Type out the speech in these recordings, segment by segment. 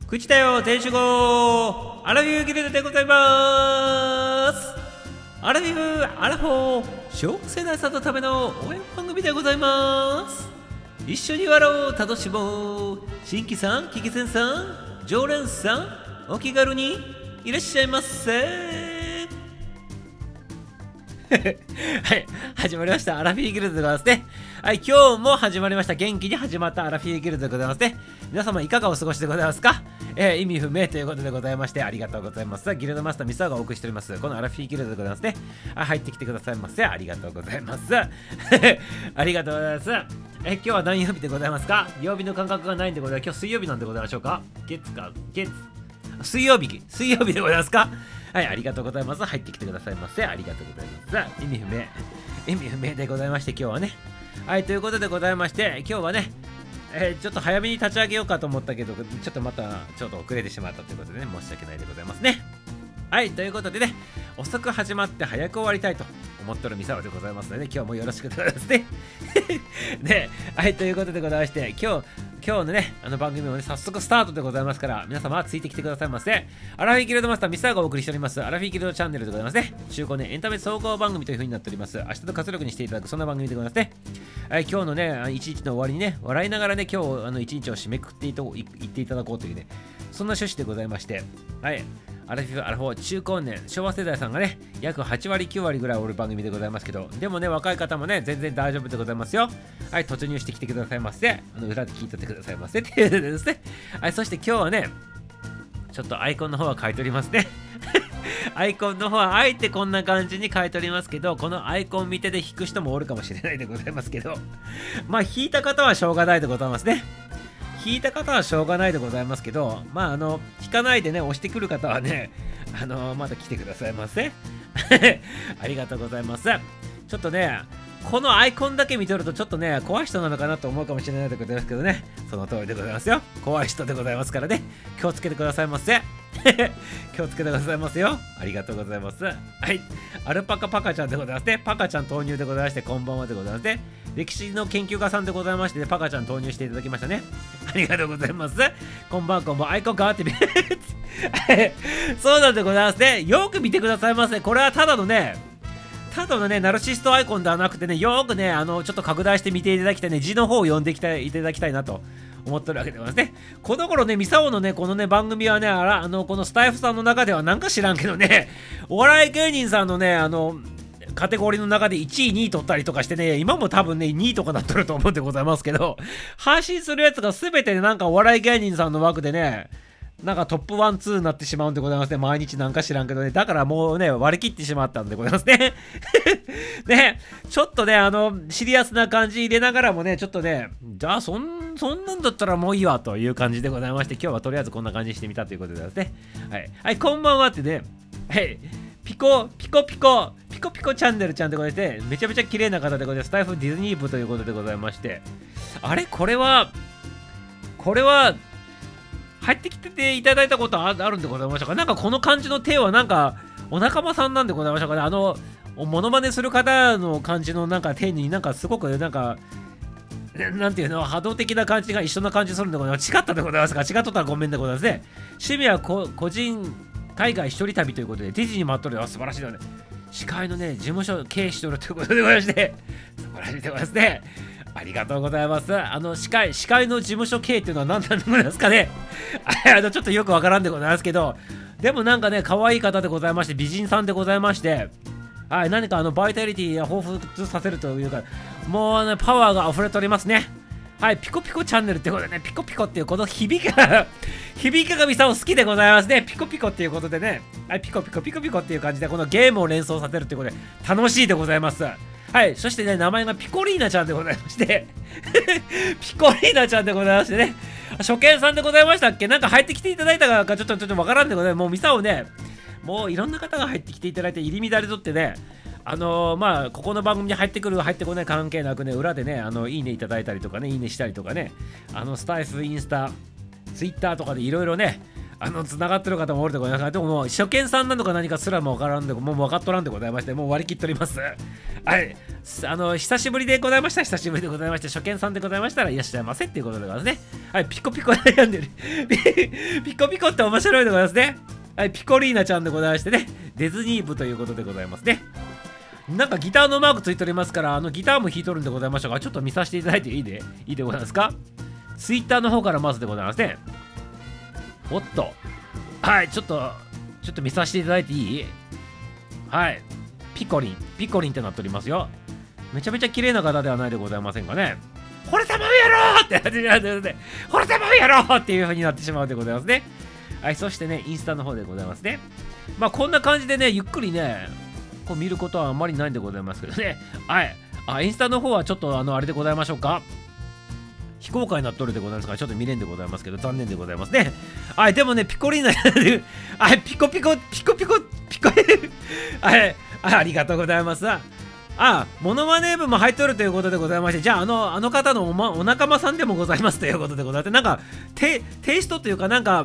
口だよ全集合アラフィフギルドでございます。アラフィフアラフォー小世代さんのための応援番組でございます。一緒に笑おう楽しもう。新規さん、危機戦さん、常連さん、お気軽にいらっしゃいませ。はい、始まりましたアラフィフギルドでございますね。はい、今日も始まりました。元気に始まったアラフィフギルドでございますね。皆様いかがお過ごしでございますか？意味不明ということでございまして、ありがとうございます。ギルドマスターミサがお送りしておりますこのアラフィフギルドでございますね。入ってきてくださいませ。ありがとうございますありがとうございます。今日は何曜日でございますか？曜日の感覚がないんでございます。今日水曜日なんでございましょうか？水曜日でございますか？はい、ありがとうございます。入ってきてくださいませ。ありがとうございます。意味不明でございまして、今日はね。はい、ということでございまして、今日はね、ちょっと早めに立ち上げようかと思ったけど、ちょっとまたちょっと遅れてしまったということでね、申し訳ないでございますね。はい、ということでね、遅く始まって早く終わりたいと思ってるミサオでございますので、今日もよろしくでございますね。ね、はい、ということでございまして、今日のね、番組もね、早速スタートでございますから、皆様ついてきてくださいませ。アラフィフギルドマスターミサオがお送りしております、アラフィフギルドチャンネルでございますね。週5年エンタメ総合番組という風になっております。明日の活力にしていただく、そんな番組でございますね。はい、今日のね、一日の終わりにね、笑いながらね、今日一日を締めくって言っていただこうというね、そんな趣旨でございまして、はい。アラフィフアラフォー中高年昭和世代さんがね約8割9割ぐらいおる番組でございますけど、でもね若い方もね全然大丈夫でございますよ。はい、突入してきてくださいませ。裏で聞いててくださいませっていうですね。はい、そして今日はねちょっとアイコンの方は書いておりますね。アイコンの方はあえてこんな感じに書いておりますけど、このアイコン見てで引く人もおるかもしれないでございますけど、まあ引いた方はしょうがないでございますね。引いた方はしょうがないでございますけど、まあ引かないでね押してくる方はねまだ来てくださいませ。ありがとうございます。ちょっとねこのアイコンだけ見とるとちょっとね怖い人なのかなと思うかもしれないでございますけどね、その通りでございますよ。怖い人でございますからね、気をつけてくださいませ。気をつけてくださいますよ。ありがとうございます。はい、アルパカパカちゃんでございますね。パカちゃん投入でございまして、こんばんはでございますね。歴史の研究家さんでございまして、ね、パカちゃん投入していただきましたね。ありがとうございます。こんばんは。アイコン変わってみそうなんでございますね。よく見てくださいませ。これはただのねナルシストアイコンではなくてね、よくねちょっと拡大して見ていただきたいね、字の方を読んでいただきたいなと思ってるわけでございますね。この頃ねミサオのねこのね番組はねこのスタイフさんの中ではなんか知らんけどね、お笑い芸人さんのねカテゴリーの中で1位2位取ったりとかしてね、今も多分ね2位とかなってると思うんでございますけど、配信するやつが全てなんかお笑い芸人さんの枠でねなんかトップ1、2になってしまうんでございますね。毎日なんか知らんけどね。だからもうね、割り切ってしまったんでございますね。ね、ちょっとね、シリアスな感じ入れながらもね、ちょっとね、じゃあそんなんだったらもういいわという感じでございまして、今日はとりあえずこんな感じにしてみたということでですね。はい。はい、こんばんはってね、はい。ピコチャンネルちゃんでございまして、めちゃめちゃ綺麗な方でございます。スタイフディズニー部ということでございまして、あれこれは、入ってきていただいたことあるんでございましたか？なんかこの感じの手はなんかお仲間さんなんでございましたかね。モノマネする方の感じのなんか手になんかすごくなんかなんていうの波動的な感じが一緒な感じするんでございます。違ったでございますか？違っとったらごめんでございますね。趣味は個人海外一人旅ということでディズニーもあっとるよ。素晴らしいよね。司会のね事務所経営しとるということでございまして、素晴らしいでございますね。ありがとうございます。司会の事務所系っていうのは何なんでございますかね。ちょっとよくわからんでございますけど、でもなんかね、可愛い方でございまして、美人さんでございまして、はい、何かバイタリティや彷彿させるというか、もうね、パワーが溢れておりますね。はい、ピコピコチャンネルってことでね、ピコピコっていうこの響きがミサオ好きでございますね。ピコピコっていうことでね、はい、ピコピコっていう感じで、このゲームを連想させるっていうことで、楽しいでございます。はい、そしてね、名前がピコリーナちゃんでございましてピコリーナちゃんでございましてね、初見さんでございましたっけ？なんか入ってきていただいたかちょっとわからんでございます。もうミサをね、もういろんな方が入ってきていただいて入り乱れとってね、まあここの番組に入ってくる入ってこない関係なくね、裏でねいいねいただいたりとかね、いいねしたりとかね、スタイフインスタツイッターとかでいろいろね繋がってる方もおるでございます。でももう初見さんなのか何かすらもわからんで、もう分かっとらんでございまして、もう割り切っております。はい。久しぶりでございました。久しぶりでございまして、初見さんでございましたらいらっしゃいませっていうことでございますね。はい。ピコピコ悩んでる。ピコピコって面白いでございますね。はい。ピコリーナちゃんでございましてね、ディズニー部ということでございますね。なんかギターのマークついておりますから、ギターも弾いとるんでございましたが、ちょっと見させていただいていいでございますか？ツイッターの方からまずでございますね。おっと。はい、ちょっと見させていただいていい？はい。ピコリンってなっておりますよ。めちゃめちゃ綺麗な方ではないでございませんかね。惚れたまうやろって惚れたまうやろっていう風になってしまうでございますね。はい、そしてね、インスタの方でございますね。まあこんな感じでね、ゆっくりね、こう見ることはあんまりないんでございますけどね。はい。インスタの方はちょっとあれでございましょうか。非公開になっとるでございますから、ちょっと見れんでございますけど、残念でございますね。はい、でもね、ピコリーナ、はい、ピコ、はい、ありがとうございます。モノマネ部も入っとるということでございまして、じゃあ、あの方のお仲間さんでもございますということでございまして、なんか、テイストというか、なんか、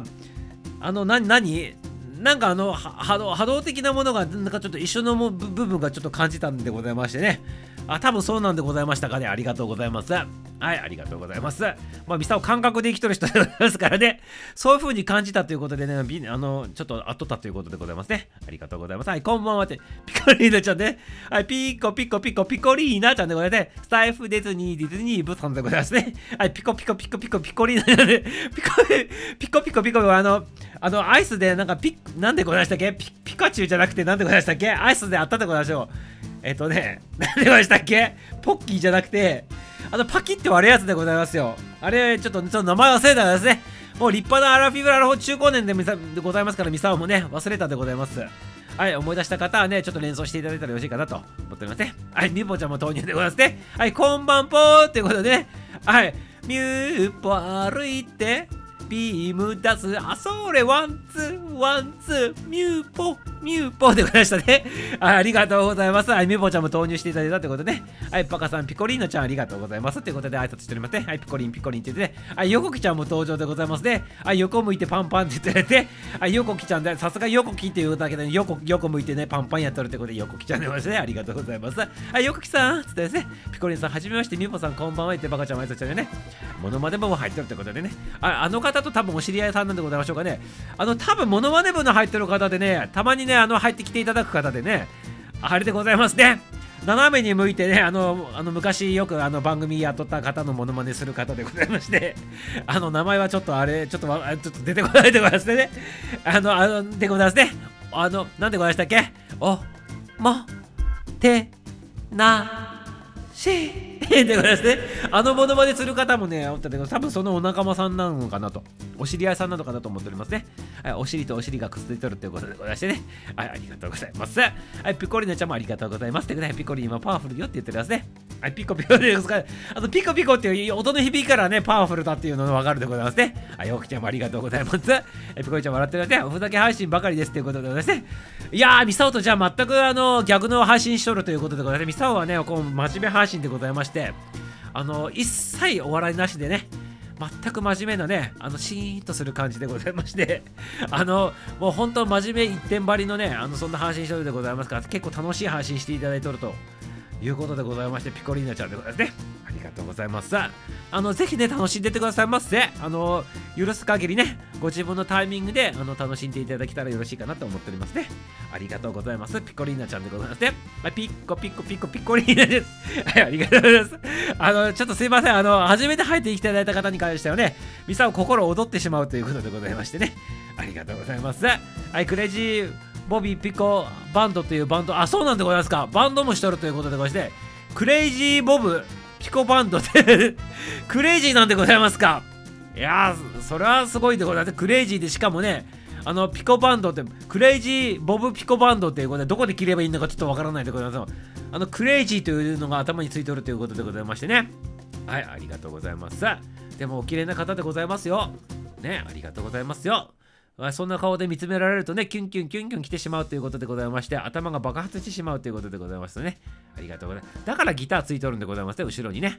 なんか波動的なものがなんかちょっと一緒の部分がちょっと感じたんでございましてね。多分そうなんでございましたかね。ありがとうございます。はい、ありがとうございます。まあ、ミサを感覚で生きとる人でございますからね。そういう風に感じたということでね、ちょっとあっとったということでございますね。ありがとうございます。はい、こんばんはって、ピコリーナちゃんね。はい、ピコリーナちゃんでございますね。スタイフディズニー部さんでございますね。はい、ピコリーナちゃんで、ピコ、アイスでなんかなんでございましたっけ？ピカチュウじゃなくてなんでございましたっけ？アイスであったでございましょう。なんでございましたっけ？ポッキーじゃなくて、パキって割るやつでございますよ。あれ、ちょっと名前忘れたんですね。もう立派なアラフィフラの中高年でございますから、ミサオもね、忘れたでございます。はい、思い出した方はね、ちょっと連想していただいたらよろしいかなと思っておりますね。はい、ミューポちゃんも投入でございますね。はい、こんばんぽーっていうことでね、はい、ミューポ歩いて、ビーム出す、それ、ワンツー、ミューポでございましたね。ありがとうございます。はい、ミューポちゃんも投入していただいたということでね。はい、パカさん、ピコリーナちゃんありがとうございます。ということで挨拶しておりますね。はい、ピコリンって言ってね。はい、ヨコキちゃんも登場でございますね。はい、横向いてパンパンって言ってね。はい、ヨコキちゃんで、さすがヨコキっていうだけで、横向いてね、パンパンやっとるってことで、ヨコキちゃんでございますね。ありがとうございます。はい、ヨコキさんつってですね。ピコリンさん、はじめまして、ミューポさん、こんばんは。ってパカちゃんも挨拶してね。モノマネ部も入ってるってことでね。あの方と多分お知り合いさんなんでございましょうかね。多分モノマネ部の入ってる方でね、たまにね、入ってきていただく方でね、あれでございますね。斜めに向いてね、昔よく番組やっとった方のモノマネする方でございまして、名前はちょっとちょっと出てこないでございますね。でございますね。なんでございましたっけ？てなしでございますね。モノマネする方もね、おったけど、多分そのお仲間さんなのかなと、お知り合いさんなのかなと思っておりますね。はい、お尻とお尻がくっついとるということでございましてね。はい、ありがとうございます。はい、ピコリーナちゃんもありがとうございます。ということで、ピコリーナパワフルよって言っておりますね。はい、ピコですから、ピコピコっていう音の響きからね、パワフルだっていうのがわかるでございますね。はい、ヨキちゃんもありがとうございます。ピコリちゃんも笑ってるので、おふざけ配信ばかりですということでございますね。いやー、ミサオとじゃあ全く逆の配信しとるということでございます。ミサオはね、こう真面目配信でございまして、一切お笑いなしでね、全く真面目なね、シーンとする感じでございまして、もう本当真面目一点張りのね、そんな配信してるでございますから、結構楽しい配信していただいておるということでございまして、ピコリーナちゃんでございますね。ありがとうございます。ぜひね、楽しんでってくださいませ。許す限りね、ご自分のタイミングで楽しんでいただけたらよろしいかなと思っておりますね。ありがとうございます。ピコリーナちゃんでございますね。ピコリーナです。はい、ありがとうございます。ちょっとすいません。初めて入っていただいた方に関してはね、ミサを心躍ってしまうということでございましてね。ありがとうございます。はい、クレイジーボビーピコバンドというバンド、そうなんでございますか。バンドもしとるということでございまして、クレイジーボブピコバンドでクレイジーなんでございますか。いやー、それはすごいでございます。クレイジーで、しかもね、ピコバンドって、クレイジーボブピコバンドっていうことで、どこで切ればいいのかちょっとわからないでございます。クレイジーというのが頭についておるということでございましてね。はい、ありがとうございます。でもお綺麗な方でございますよ。ね、ありがとうございますよ。そんな顔で見つめられるとね、キュンキュン来てしまうということでございまして、頭が爆発してしまうということでございますね。ありがとうございます。だからギターついておるんでございますね、後ろにね。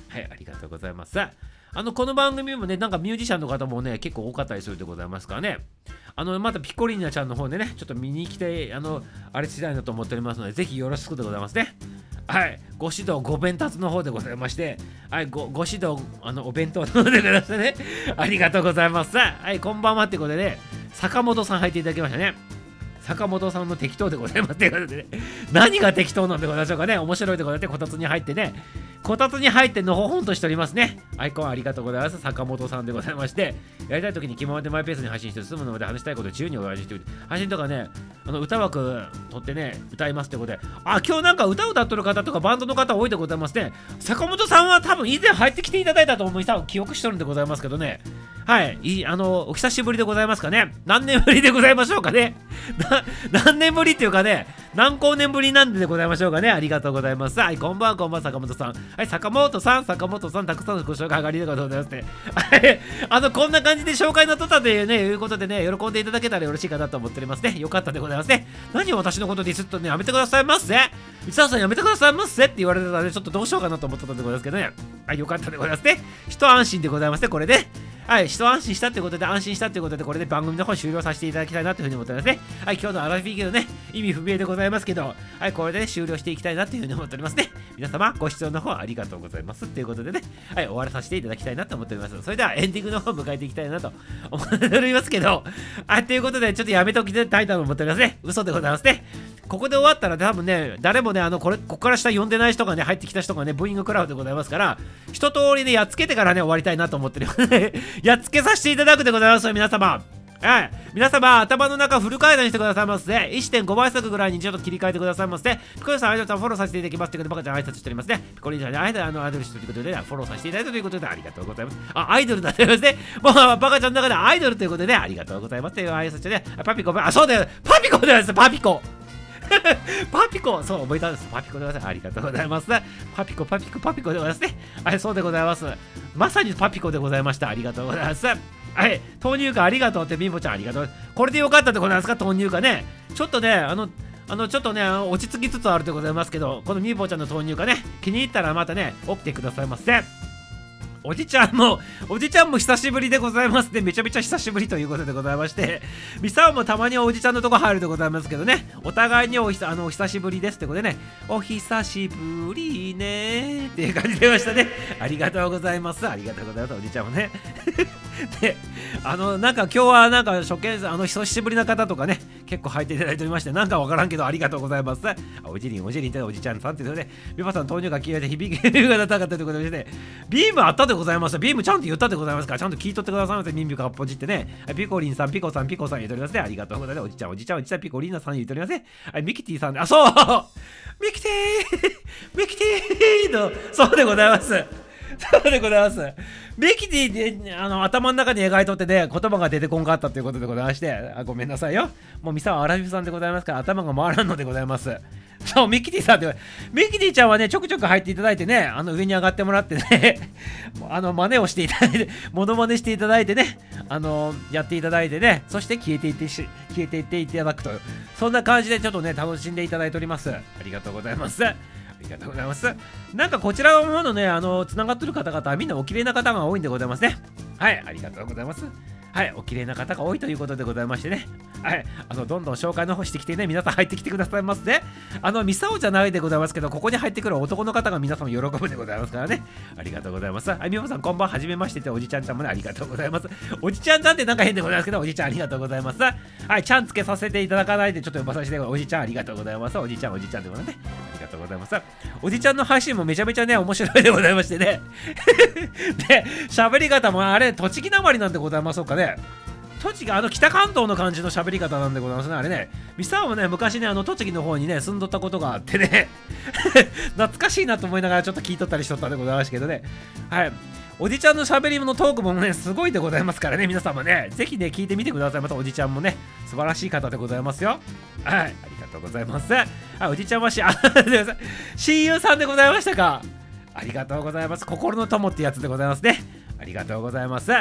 はい、ありがとうございます。この番組もね、なんかミュージシャンの方もね、結構多かったりするでございますからね。またピコリーナちゃんの方でね、ちょっと見に来て、あれしたいなと思っておりますので、ぜひよろしくでございますね。はい、ご指導、ご弁達の方でございまして、はい、ご指導、お弁当の方でございましてね、ありがとうございます。はい、こんばんはってことでね、坂本さん入っていただきましたね。坂本さんの適当でございますということでね、何が適当なんでございましょうかね。面白いでございまして、こたつに入ってね、こたつに入ってのほほんとしておりますね。アイコンありがとうございます。坂本さんでございまして、やりたい時に気ままでマイペースに配信して済むので、話したいことを自由にお話ししておいて、配信とかね、歌枠取ってね、歌いますってことで、今日なんか歌を歌ってる方とかバンドの方多いでございますね。坂本さんは多分以前入ってきていただいたと思い、多分記憶してるんでございますけどね。はい、お久しぶりでございますかね。何年ぶりでございましょうかね。何年ぶりっていうかね、何光年ぶりなんでございましょうかね。ありがとうございます。はい、こんばんは、こんばんは、坂本さん。はい、坂本さん、たくさんのご紹介ありがとうございますね。はい、こんな感じで紹介のとったというね、いうことでね、喜んでいただけたらよろしいかなと思っておりますね。よかったでございますね。何を私のことディスっとね、やめてくださいませ。三沢さんやめてくださいませって言われてたので、ちょっとどうしようかなと思ってたんでございますけどね。はい、よかったでございますね。一安心でございますね、これで。はい、一安心したということで、安心したということで、これで番組の方終了させていただきたいなというふうに思っておりますね。はい、今日のアラフィーゲのね、意味不明でございますけど、はい、これで、ね、終了していきたいなというふうに思っておりますね。皆様、ご視聴の方ありがとうございますということでね、はい、終わらさせていただきたいなと思っております。それでは、エンディングの方を迎えていきたいなと思っておりますけど、はい、ということで、ちょっとやめておきたいと思っておりますね。嘘でございますね。ここで終わったら多分ね、誰もね、ここから下呼んでない人がね、入ってきた人がね、ブーイングクラウドでございますから、一通りね、やっつけてからね、終わりたいなと思ってる。やっつけさせていただくでございますよ、皆様。はい。皆様、頭の中フル回転してくださいませ。1.5 倍速ぐらいにちょっと切り替えてくださいませ。ピコリンさん、アイドルさんフォローさせていただきますということで、バカちゃん挨拶しておりますね。ピコリンさんにアイドルということで、フォローさせていただいたということで、ありがとうございます。アイドルだってますね。もう、バカちゃんの中でアイドルということで、ありがとうございますという挨拶で、パピコ、そうだよ、パピコでございます、パピコ。パピコ、そう覚えたんです。パピコでございます。ありがとうございます。パピコでございますね。はい、そうでございます。まさにパピコでございました。ありがとうございます。はい、豆乳化ありがとうって、みんぼちゃんありがとう。これでよかったでございますか、豆乳化ね。ちょっとね、ちょっとね、落ち着きつつあるでございますけど、このみんぼちゃんの豆乳化ね、気に入ったらまたね、起きてくださいませ。おじちゃんも久しぶりでございますね。めちゃめちゃ久しぶりということでございまして、ミサオもたまにおじちゃんのとこ入るでございますけどね、お互いにお久しぶりですってことでね、お久しぶりねっていう感じでましたね。ありがとうございます。ありがとうございます。おじちゃんもね。で、なんか今日はなんか初見、久しぶりな方とかね、結構入っていただいておりまして、なんかわからんけどありがとうございます。おじりんっておじちゃんさんっていうことで、ビバさん豆乳が消えて響きがなかったということでね、ビームあったでございます。ビームちゃんと言ったでございますから、ちゃんと聞いとってくださいませ。ミンビュかっぽじってね。ピコリンさん、ピコさん言っておりますね。ありがとうございます。おじちゃん、ピコリンナさん言っておりますね。ミキティさんで、そうミキティの、そうでございます。そうでございます。ミキティで頭の中に描いとってね、言葉が出てこんかったということでございまして、ごめんなさいよ。もうミサはアラフィフさんでございますから、頭が回らんのでございます。そう、ミキティさんで、ミキティちゃんはね、ちょくちょく入っていただいてね、上に上がってもらってね、真似をしていただいて、モノマネしていただいてね、やっていただいてね、そして消えていっていただくという、そんな感じでちょっとね、楽しんでいただいております。ありがとうございます。ありがとうございます。なんかこちらの方のね、つながってる方々はみんなお綺麗な方が多いんでございますね。はい、ありがとうございます。はい、お綺麗な方が多いということでございましてね。はい、どんどん紹介の方してきてね、皆さん入ってきてくださいますね。ミサオじゃないでございますけど、ここに入ってくる男の方が皆様喜ぶでございますからね。ありがとうございます。はい、みもさんこんばんはじめましてっておじちゃんちゃんもね、ありがとうございます。おじちゃんちゃんってなんか変でございますけど、おじちゃんありがとうございます。はい、ちゃんつけさせていただかないでちょっと呼ばさせて、おじちゃんありがとうございます。おじちゃんってことね。ありがとうございます。おじちゃんの配信もめちゃめちゃね、面白いでございましてね。で、喋り方もあれ、栃木なまりなんでございましょうかね。栃木、北関東の感じの喋り方なんでございますね、あれね。ミサオもね、昔ね、栃木の方にね、住んどったことがあってね、懐かしいなと思いながらちょっと聞いとったりしとったでございますけどね。はい。おじちゃんの喋りのトークもね、すごいでございますからね、皆様ね、ぜひね、聞いてみてください。またおじちゃんもね、素晴らしい方でございますよ。はい。ありがとうございます。はい、おじちゃんは親友さんでございましたか。ありがとうございます。心の友ってやつでございますね。ありがとうございます。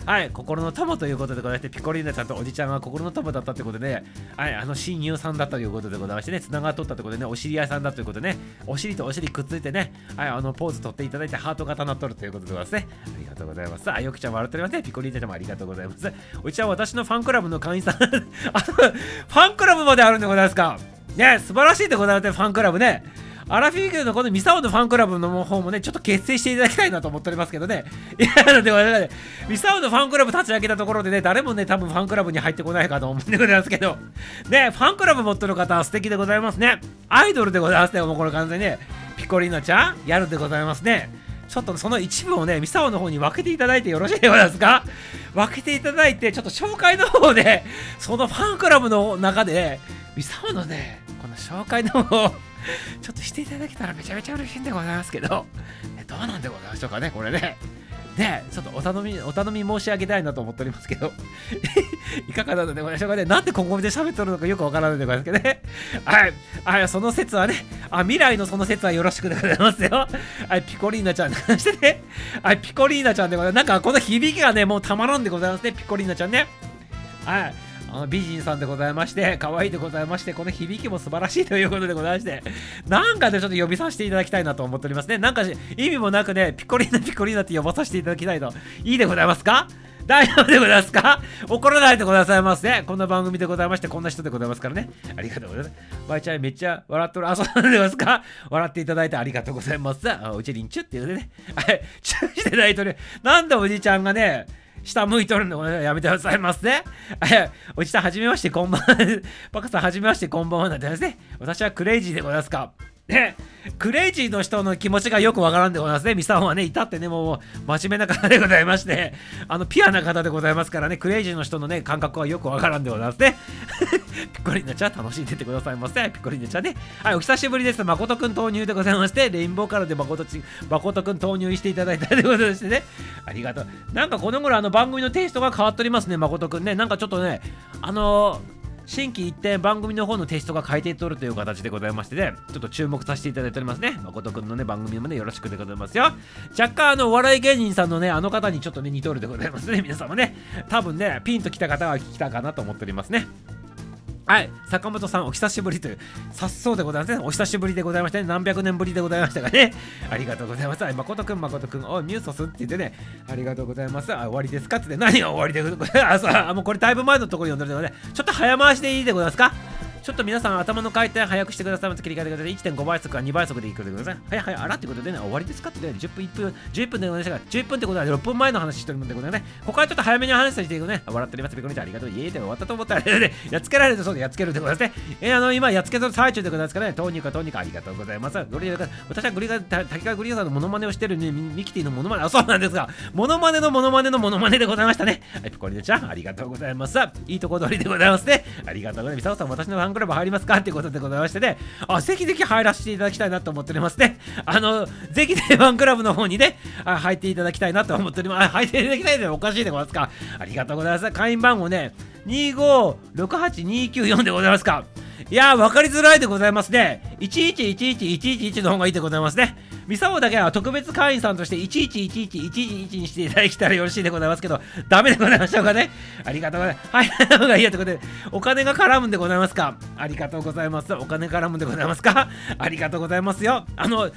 はい、心の友ということでございまして、ピコリーナちゃんとおじちゃんは心の友だったということで、はい、親友さんだったということでございましてね、つながっとったということでね、お知り合いさんだということでね、お尻とお尻くっついてね、はい、ポーズ取っていただいてハート型になっとるということでございますね。ありがとうございます。よくちゃん笑っておりますね。ピコリーナちゃんもありがとうございます。おじちゃんは私のファンクラブの会員さんファンクラブまであるんでございますかね、素晴らしいでございますね、ファンクラブね。アラフィーゲルのこのミサオのファンクラブの方もね、ちょっと結成していただきたいなと思っておりますけどね。いや、なので、ミサオのファンクラブ立ち上げたところでね、誰もね、多分ファンクラブに入ってこないかと思うんでございますけど、ね、ファンクラブ持ってる方は素敵でございますね。アイドルでございますね、もうこれ完全にね、ピコリーナちゃん、やるでございますね。ちょっとその一部をね、ミサオの方に分けていただいてよろしいでございますか？分けていただいて、ちょっと紹介の方で、そのファンクラブの中で、ミサオのね、この紹介の方を、ちょっとしていただけたらめちゃめちゃ嬉しいんでございますけど、どうなんでございましょうかね、これね。ね、ちょっとお頼み申し上げたいなと思っておりますけど、いかがなのでございましょうかね。なんでここで喋ってるのかよくわからないでございますけどね。はい、その説はね、未来のその説はよろしくでございますよ。はい、ピコリーナちゃんに関してね、はい、ピコリーナちゃんでございます。なんかこの響きがね、もうたまらんでございますね、ピコリーナちゃんね。はい。美人さんでございまして、可愛いでございまして、この響きも素晴らしいということでございまして、なんかでちょっと呼びさせていただきたいなと思っておりますね。なんか意味もなくね、ピコリーナピコリーナって呼ばさせていただきたいと。いいでございますか？大丈夫でございますか？怒らないでございますね。こんな番組でございまして、こんな人でございますからね。ありがとうございます。ワイちゃんめっちゃ笑っとる。そうなんでございますか？笑っていただいてありがとうございます。うちりんちゅっていうね。はい、チューしていただいてる。なんでおじちゃんがね、下向いとるんでやめてくださいませね。おじさんはじめましてこんばんは。パカさんはじめましてこんばんはなんてですね。私はクレイジーでございますか。ね、クレイジーの人の気持ちがよくわからんでございますね。ミサオはね、いたってね、もう真面目な方でございまして、ピュアな方でございますからね、クレイジーの人のね、感覚はよくわからんでございますね。ピコリーナちゃん、楽しんでてくださいませ。ピコリーナちゃんね。はい、お久しぶりです。誠くん投入でございまして、レインボーカラーで誠くん投入していただいたということでしてね。ありがとう。なんかこの頃番組のテイストが変わっておりますね、誠くんね。なんかちょっとね、新規一点番組の方のテイストが変えていっとるという形でございましてね、ちょっと注目させていただいておりますね。誠くんのね、番組もね、よろしくでございますよ。若干お笑い芸人さんのね、方にちょっとね、似とるでございますね。皆様ね、多分ね、ピンと来た方は来たかなと思っておりますね。はい、坂本さんお久しぶりという、さっそうでございますね。お久しぶりでございましたね。何百年ぶりでございましたがね。ありがとうございます。誠くん、おニュースをすって言ってね、ありがとうございます。終わりですかって何が終わりでございますか。もうこれだいぶ前のところに読んでるので、ちょっと早回しでいいでございますか。ちょっと皆さん頭の回転早くしてくださいませ。切り替えてください。1.5 倍速か2倍速でいくでください。はい、あらってことでね、終わりですかってね、11分でございましたが、11分ってことは6分前の話してるもんでございますね。ここはちょっと早めに話していくね。笑っております。ピコリちゃんありがとう。イエーイで終わったと思ったらね、やっつけられるとそうでやっつけるでございますね。今やっつけてる最中でございますからね、投入かありがとうございます。私は滝川グリーンさんのモノマネをしてるね、ミキティのモノマネ、そうなんですが、モノマネのモノマネのモノマネでございましたね。はい、ピコリちゃんありがとうございます。いいとこ取りでございますね。ありがとうございます。ミサオさん、私のファンクラブ入りますかってことでございましてね、ぜひぜひ入らせていただきたいなと思っておりますね。ぜひね、ファンクラブの方にね、入っていただきたいなと思っております。入っていただきたいのはおかしいでございますか。ありがとうございます。会員番号ね、2568294でございますか。いやー、分かりづらいでございますね。1111111の方がいいでございますね。ミサオだけは特別会員さんとして1111111にしていただけたらよろしいでございますけど、ダメでございましょうかね。ありがとうございます。はい、の方がいいやということで、お金が絡むんでございますか。ありがとうございます。お金絡むんでございますか。ありがとうございますよ。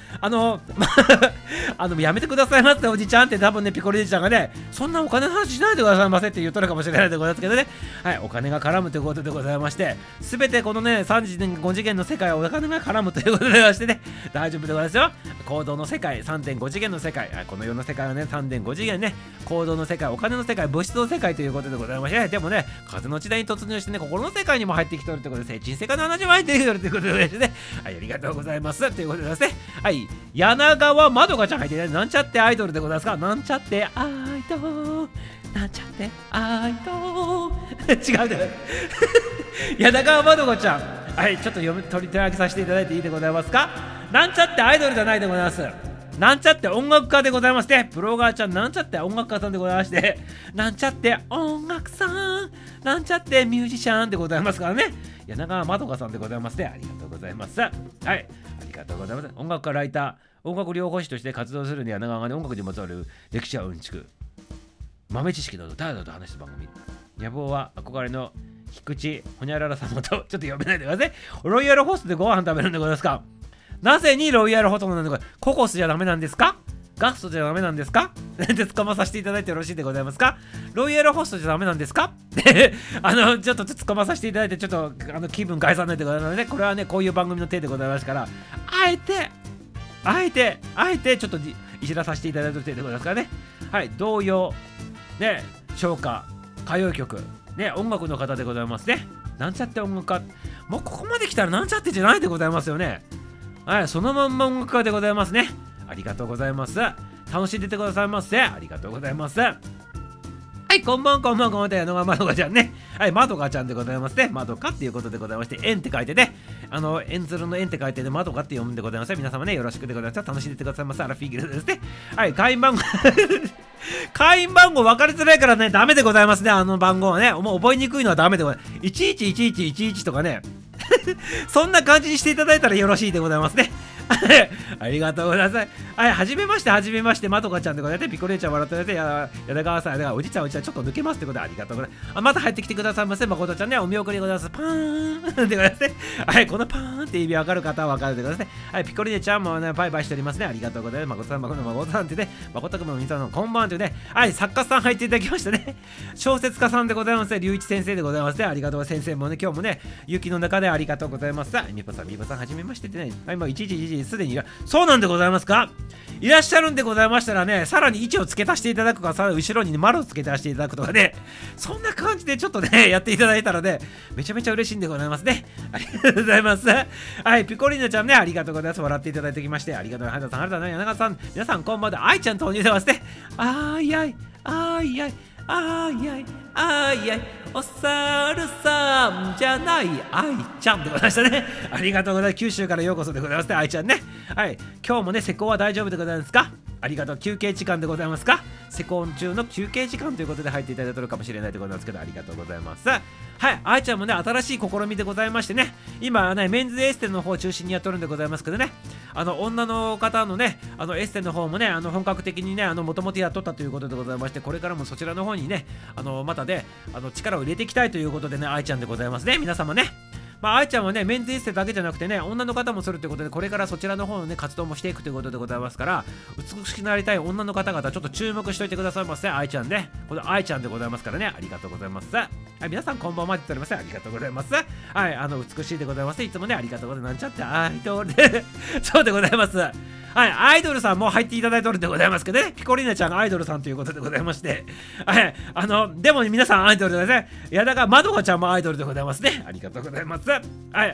やめてくださいませおじちゃんって多分ね、ピコリーちゃんがね、そんなお金の話しないでくださいませって言っとるかもしれないでございますけどね。はい、お金が絡むということでございまして、すべてこのね、3次元5次元の世界はお金が絡むということでございましてね、大丈夫でございますよ。行動の世界、3.5 次元の世界、この世の世界はね、3.5 次元ね、行動の世界、お金の世界、物質の世界ということでございまして、でもね、風の時代に突入してね、心の世界にも入ってきておるということで、精神世界の話も入ってきておるということでございましてね、はい、ありがとうございます。ということでですね、はい、柳川まどかちゃん入ってね、なんちゃってアイドルでございますか。なんちゃってアイドル、なんちゃってアイドル違うね柳川まどかちゃん、はい、ちょっと取り上げさせていただいていいでございますか。なんちゃってアイドルじゃないでございます。なんちゃって音楽家でございまして、ブロガーちゃんなんちゃって音楽家さんでございまして、なんちゃって音楽さん、なんちゃってミュージシャンでございますからね。柳川まどかさんでございますね。ありがとうございます。はい、ありがとうございます。音楽家ライター、音楽療法士として活動するには柳川が、ね、音楽にまつわる歴史やうんちく、 豆知識のダラダラと話す番組。野望は憧れの菊池ほにゃらら様と、ちょっと読めないでください。ロイヤルホストでご飯食べるんでございますか。なぜにロイヤルホストなんでございますか。ココスじゃダメなんですか。ガストじゃダメなんですかで、捕まさせていただいてよろしいでございますか。ロイヤルホストじゃダメなんですかちょっと捕まさせていただいて、ちょっと気分返さないでくださいね。これはね、こういう番組の手でございますから、あえて、ちょっといじらさせていただいてる手でございますからね。はい、童謡、ね、唱歌、歌謡曲、ね、音楽の方でございますね。なんちゃって音楽家。もうここまで来たらなんちゃってじゃないでございますよね。はい、そのまんま音楽家でございますね。ありがとうございます。楽しんでてくださいませ。ありがとうございます。はい、こんばんは、矢野がまどかちゃんね。はい、まどかちゃんでございますね。まどかっていうことでございまして、円って書いてね、円鶴の円って書いてね、まどかって読むんでございます。皆様ね、よろしくでございます。楽しんでてくださいませ。アラフィーギルドですね。はい、会員番号会員番号分かりづらいからね、ダメでございますね。番号はね、もう覚えにくいのはダメでございます。111111とかね、そんな感じにしていただいたらよろしいでございますね。ありがとうございます。はい、はじめまして、まとかちゃんでございまして、ピコレーちゃん笑ってください。矢田川さん、おじちゃん、ちょっと抜けますってことでありがとうございます。また入ってきてくださいませ。まことちゃんね、お見送りでございます。パーンでございますね。はい、このパーンって意味わかる方はわかるでございますね。はい、ピコレーちゃんもね、バイバイしておりますね。ありがとうございます。まことさん、まことさんってね、まことくんもみさんのこんばんというね、はい、作家さん入っていただきましたね。小説家さんでございますね。龍一先生でございますね。ありがとう。先生もね、今日もね、雪の中でありがとうございます。みぽさん、はじめましてってね、はい、もう1111すでにそうなんでございますか。いらっしゃるんでございましたらね、さらに位置を付け足していただくか、さらに後ろに、ね、丸を付け足していただくとかね、そんな感じでちょっとね、やっていただいたらね、めちゃめちゃ嬉しいんでございますね。ありがとうございます。はい、ピコリーナちゃんね、ありがとうございます。笑っていただいてきまして、ありがとうございます。原田さん、柳川さん、皆さんこんばんは。愛ちゃん投入してますね。あーいあい、お猿さんじゃない愛ちゃんでございましたね。ありがとうございます。九州からようこそでございますね、愛ちゃんね。はい、今日もね、施工は大丈夫でございますか。ありがとう。休憩時間でございますか。施工中の休憩時間ということで入っていただいているかもしれないでございますけど、ありがとうございます。はい、愛ちゃんもね、新しい試みでございましてね、今ね、メンズエステの方を中心にやっとるんでございますけどね、女の方のね、エステの方もね、本格的にね、もともとやっとったということでございまして、これからもそちらの方にね、またね、力を入れていきたいということでね、愛ちゃんでございますね。皆様ね。愛ちゃんはね、メンズエステだけじゃなくてね、女の方もするということで、これからそちらの方のね、活動もしていくということでございますから、美しくなりたい女の方々、ちょっと注目しておいてくださいませ。愛ちゃんね。この愛ちゃんでございますからね、ありがとうございます。はい、皆さんこんばんはっております。ありがとうございます。はい、美しいでございます。いつもね、ありがとうございます。なんちゃって、アイドルで、そうでございます。はい、アイドルさんも入っていただいておるんでございますけどね、ピコリーナちゃんがアイドルさんということでございまして、はい、でも皆さんアイドルでございますね。矢田がまどかちゃんもアイドルでございますね。ありがとうございます。はい、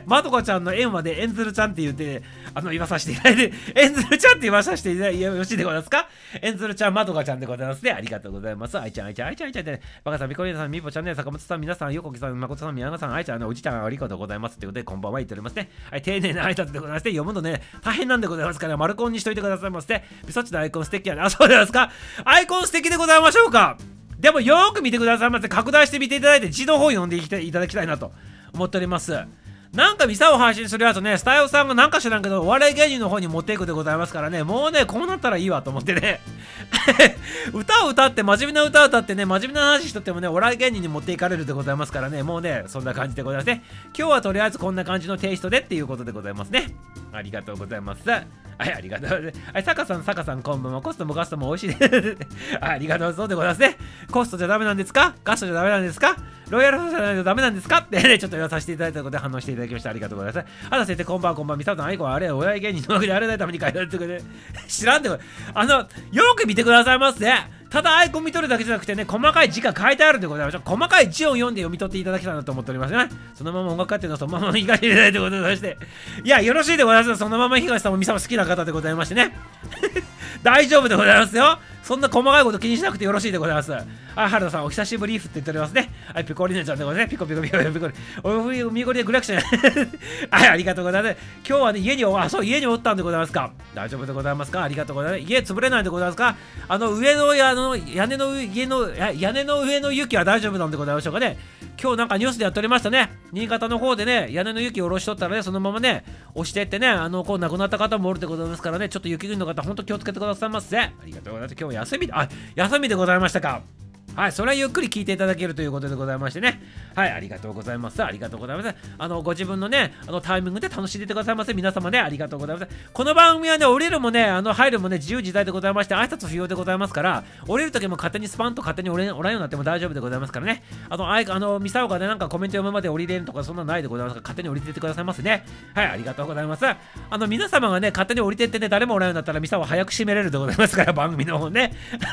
まどかちゃんの縁はね、エンズルちゃんって言って、言わさせていただいて、エンズルちゃんって言わさせていただいてよろしいでございますか。エンズルちゃん、まどかちゃんでございますね。ありがとうございます。愛ちゃんで、ね、バカさん、ピコリーナさん、みぽちゃんね、坂本さん、皆さん、横木さん、まことさん、宮川さん、愛ちゃん、おじちゃん、ありがとうございますということで、こんばんは言っておりますね。はい、丁寧な挨拶でございまして、読むのね、大変なんでございますから、丸コンにしといてくださいませ。ビソッチのアイコン素敵やね。あ、そうですか。アイコン素敵でございましょうか。でもよーく見てくださいませ。拡大して見ていただいて、字の方読んでいただきたいなと思っております。なんかミサを配信するやつね、スタイオさんがなんか知らんけど、お笑い芸人の方に持っていくでございますからね、もうね、こうなったらいいわと思ってね。歌を歌って、真面目な歌を歌ってね、真面目な話しとってもね、お笑い芸人に持っていかれるでございますからね、もうね、そんな感じでございますね。今日はとりあえずこんな感じのテイストでっていうことでございますね。ありがとうございます。はい、ありがとうございます。はい、坂さん、こんばんは。コストもガストも美味しいです。ありがとう、そうでございますね。コストじゃダメなんですか？ガストじゃダメなんですか？ロイヤルフじゃないとダメなんですかってね、ちょっと言わさせていただいたことで反応していただきました。ありがとうございます。あら先生、こんばんは。ミサトン、アイコン、あれ、お笑い芸人のわけであれないために書いてあるってことで、知らんで、よく見てくださいませ。ただアイコン見とるだけじゃなくてね、細かい字が書いてあるでございます。細かい字を読んで読み取っていただきたいなと思っておりますね。そのまま音楽家っていうのはそのまま東入れないということでございまして。いや、よろしいでございます。そのまま東さんもミサも好きな方でございましてね。大丈夫でございますよ。そんな細かいこと気にしなくてよろしいでございます。はい、原田さん、お久しぶりって言っておりますね。はい、ピコリーナちゃんでございますね。ピコリ。お見ごりでグラクション。はい、ありがとうございます。今日はね、家におったんでございますか。大丈夫でございますか。ありがとうございます。家潰れないでございますか。屋根の上の雪は大丈夫なんでございましょうかね。今日なんかニュースでやっておりましたね。新潟の方でね、屋根の雪を下ろしとったらね、そのままね、押してってね、こう亡くなった方もおるでございますからね、ちょっと雪国の方、ほんと気をつけてくださいませ。ありがとうございます。今日は休みでございましたか。 はい、それはゆっくり聞いていただけるということでございましてね。はい、ありがとうございます。ありがとうございます。ご自分のね、タイミングで楽しんでいてくださいませ。皆様ね、ありがとうございます。この番組はね、降りるもね、入るもね、自由自在でございまして、挨拶不要でございますから、降りるときも勝手にスパンと勝手におらんようになっても大丈夫でございますからね。ミサオがね、なんかコメント読むまで降りれんとかそんなのないでございますから、勝手に降りていってくださいませね。はい、ありがとうございます。皆様がね、勝手に降りていってね、誰もおらんようになったら、ミサオは早く閉めれるでございますから、番組の方ね。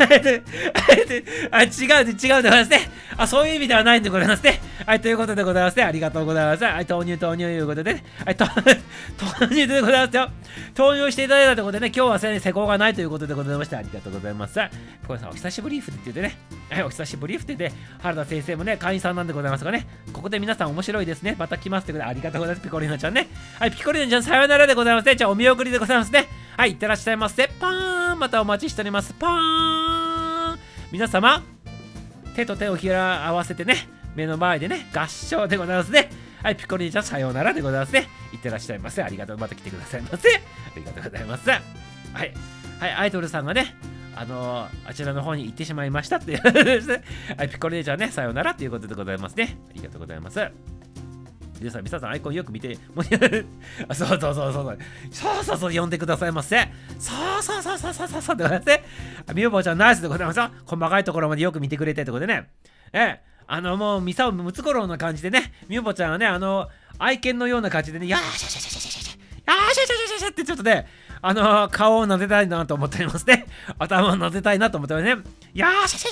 違うでございますね。そういう意味ではないんでございますね。はい、ということでございますね。ありがとうございます。はい、豆乳ということでね。はい、豆乳でございますよ。豆乳していただいたということでね、今日は施工がないということでございまして、ありがとうございます。小林さん、お久しぶりーふって言ってね。はい、お久しぶりーふって言って、原田先生もね、会員さんなんでございますがね、ここで皆さん面白いですね。また来ますということで、ありがとうございます。ピコリーナちゃんね。はい、ピコリーナちゃん、さよならでございますね。じゃあ、お見送りでございますね。はい、いってらっしゃいませ。パーン、またお待ちしております。パーン。皆様、手と手を合わせてね、目の前でね、合唱でございますね。はい、ピコリーちゃん、さようならでございますね。いってらっしゃいませ。ありがとう。また来てくださいませ。ありがとうございます。はい。はい、アイドルさんがね、あちらの方に行ってしまいましたっていうですね。はい、ピコリーちゃんね、さようならということでございますね。ありがとうございます。皆さん、アイコンよく見て、そう、呼んでくださいませ。そうでございますね。みおぼうちゃん、ナイスでございますよ。細かいところまでよく見てくれてってことでね。もう、ミサオムツゴロウな感じでね、みおぼちゃんはね、愛犬のような感じでね、よーしってちょっとね、顔を撫でたいなと思っておりますね。頭を撫でたいなと思っておりますね。よーし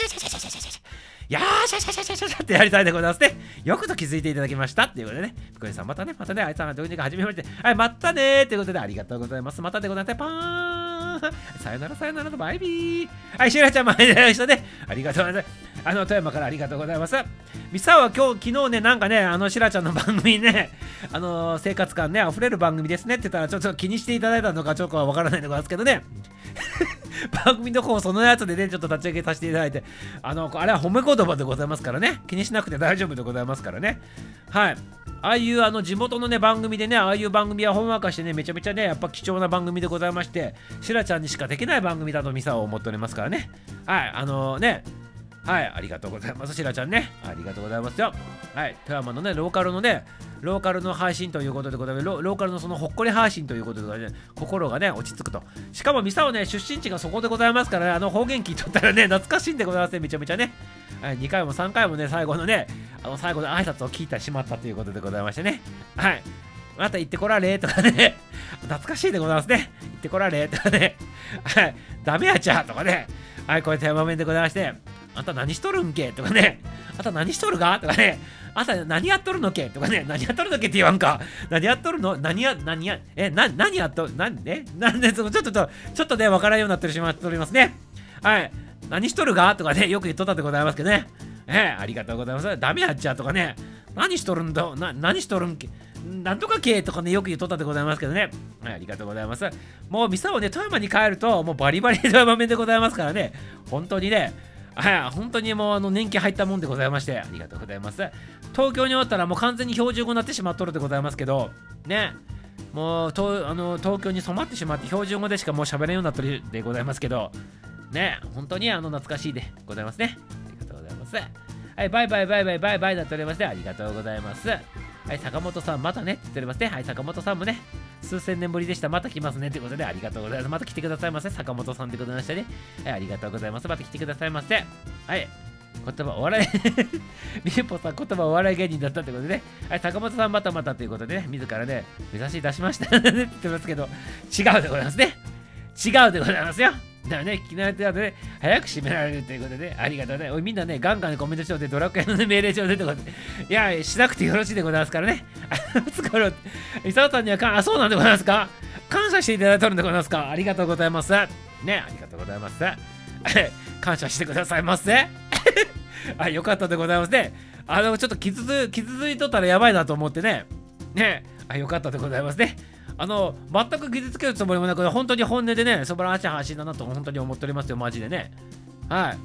ってやりたいでございますね。よくと気づいていただきましたっていうことでね。ピコリさん、またね、あいつさんがどういうにか始めまして、はい、またねーっていうことでありがとうございます。またでございます。パーン。さよならとバイビー。はい、シュラちゃんも会いましたね。ありがとうございます。富山からありがとうございます。ミサは昨日ね、なんかね、シュラちゃんの番組ね、生活感ね、溢れる番組ですねって言ったら、ちょっと気にしていただいたのか、ちょっとわからないでございますけどね。番組の方そのやつでねちょっと立ち上げさせていただいてあれは褒め言葉でございますからね気にしなくて大丈夫でございますからねはいああいう地元のね番組でねああいう番組はほんわかしてねめちゃめちゃねやっぱ貴重な番組でございましてシュラちゃんにしかできない番組だとミサを思っておりますからねはいねはいありがとうございますシュラちゃんねありがとうございますよはい富山のねローカルの配信ということでございますローカルのそのほっこり配信ということでございます、ね、心がね落ち着くとしかもミサオね出身地がそこでございますからね方言聞いとったらね懐かしいんでございますねめちゃめちゃね、はい、2回も3回もね最後の最後の挨拶を聞いてしまったということでございましてねはいまた行ってこられとかね懐かしいでございますね行ってこられとかねはいダメやちゃとかねはいこうやって山面でございましてあんた何しとるんけとかねあんた何しとるかとかねあんた何やっとるのけとかね何やっとるのけって言わんか何やっとるの何やっとなんでちょっとね分からんようになってしまっておりますねはい何しとるかとかねよく言っとったでございますけどねありがとうございますダメやっちゃとかね何しとるんだ何しとるんけなんとか系とかねよく言っとったでございますけどねはいありがとうございますもうミサをね富山に帰るともうバリバリ富山面でございますからね本当にね本当にもう年季入ったもんでございましてありがとうございます東京におったらもう完全に標準語になってしまっとるでございますけどねもう東京に染まってしまって標準語でしかもう喋れんようになってるでございますけどね本当に懐かしいでございますねありがとうございますはいバイバイだっておりましてありがとうございますはい坂本さんまたねって言っておりますねはい坂本さんもね数千年ぶりでしたまた来ますねということでありがとうございますまた来てくださいませ坂本さんでございましたねはいありがとうございますまた来てくださいませはい言葉お笑いみゆぽさん言葉お笑い芸人だったってことでねはい坂本さんまたということでね自らね目指し出しましたねって言ってますけど違うでございますね違うでございますよだからね、聞き慣れてね、早く閉められるということで、ありがとうね。おい、みんなね、ガンガンコメントしようで、ドラクエの、ね、命令書でとかで、いや、しなくてよろしいでございますからね。使う。伊沢さんにはそうなんでございますか感謝していただいてるんでございますかありがとうございます。ね、ありがとうございます。感謝してくださいませ。よかったでございますね。ちょっと傷ついとったらやばいなと思ってね。ね、よかったでございますね。全く傷つけるつもりもなく、本当に本音でね、素晴らしい配信だなと本当に思っておりますよ、マジでね。はい。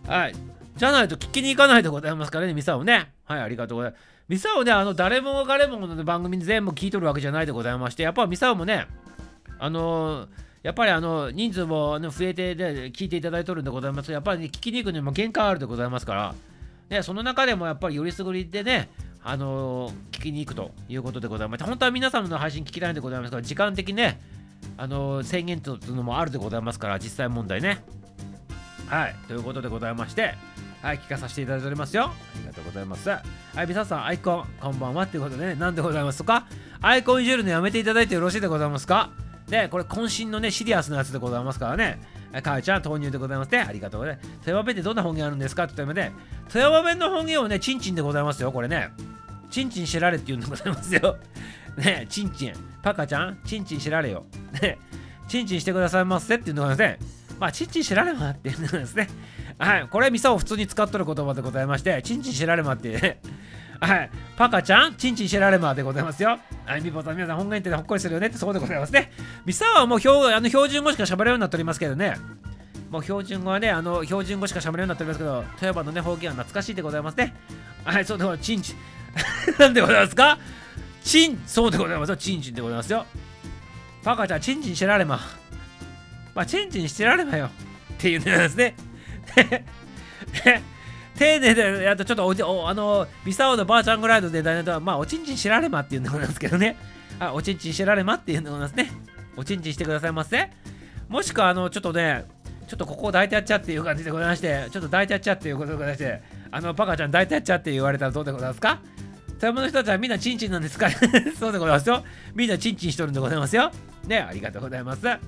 はい。じゃないと聞きに行かないでございますからね、ミサをね。はい、ありがとうございます。ミサをね、誰もがれもの番組に全部聞いとるわけじゃないでございまして、やっぱミサをもね、ややっぱり人数も増えてで聞いていただいておるんでございますが、やっぱり、ね、聞きに行くにも限界あるでございますから、ね、その中でもやっぱりよりすぐりでね、聞きに行くということでございます。本当は皆さんの配信聞きたいんでございますから、時間的にね、制限というのもあるでございますから、実際問題ね。はい、ということでございまして、はい、聞かさせていただいておりますよ。ありがとうございます。はい、皆さん、アイコン、こんばんはということでね、なんでございますか？アイコンいじるのやめていただいてよろしいでございますか？で、これ、渾身のね、シリアスなやつでございますからね。かえちゃん、投入でございますね。ありがとうございます。富山弁ってどんな方言あるんですかって言ったらね、富山弁の方言をね、チンチンでございますよ、これね。チンチン知られって言うんでございますよ。ね、チンチン。パカちゃん、チンチン知られよ。ね、チンチンしてくださいませって言うんでございますね。まあ、チンチン知られまって言うんですね。はい、これ、ミサを普通に使っとる言葉でございまして、チンチン知られまってね。はい、パカちゃん、チンチン知られまでございますよ。はい、ミポさん、皆さん、本願ってほっこりするよねってそうでございますね。ミサはもう標準語しか喋れるようになっておりますけどね。もう標準語はね、標準語しか喋れるようになっておりますけど、富山のね、方言は懐かしいでございますね。はい、そうでございます。チンチン。なんでございますか？そうでございますよ。チンチンでございますよ。パカちゃん、チンチン知られま。まあ、チンチンしてらればよ。っていうねですね。丁寧でやっとちょっとミサオのばあちゃんぐらいの年代だと、まあ、おちんちんしられまっていうんでございますけどね。あ、おちんちんしられまっていうんでございますね。おちんちんしてくださいませ。もしくは、ちょっとね、ちょっとここを抱いてやっちゃっていう感じでございまして、ちょっと抱いてやっちゃっていうことでございまして、パカちゃん抱いてやっちゃって言われたらどうでございますか？富山の人たちはみんなチンチンなんですか？そうでございますよ。みんなチンチンしとるんでございますよ。ね、ありがとうございます。で、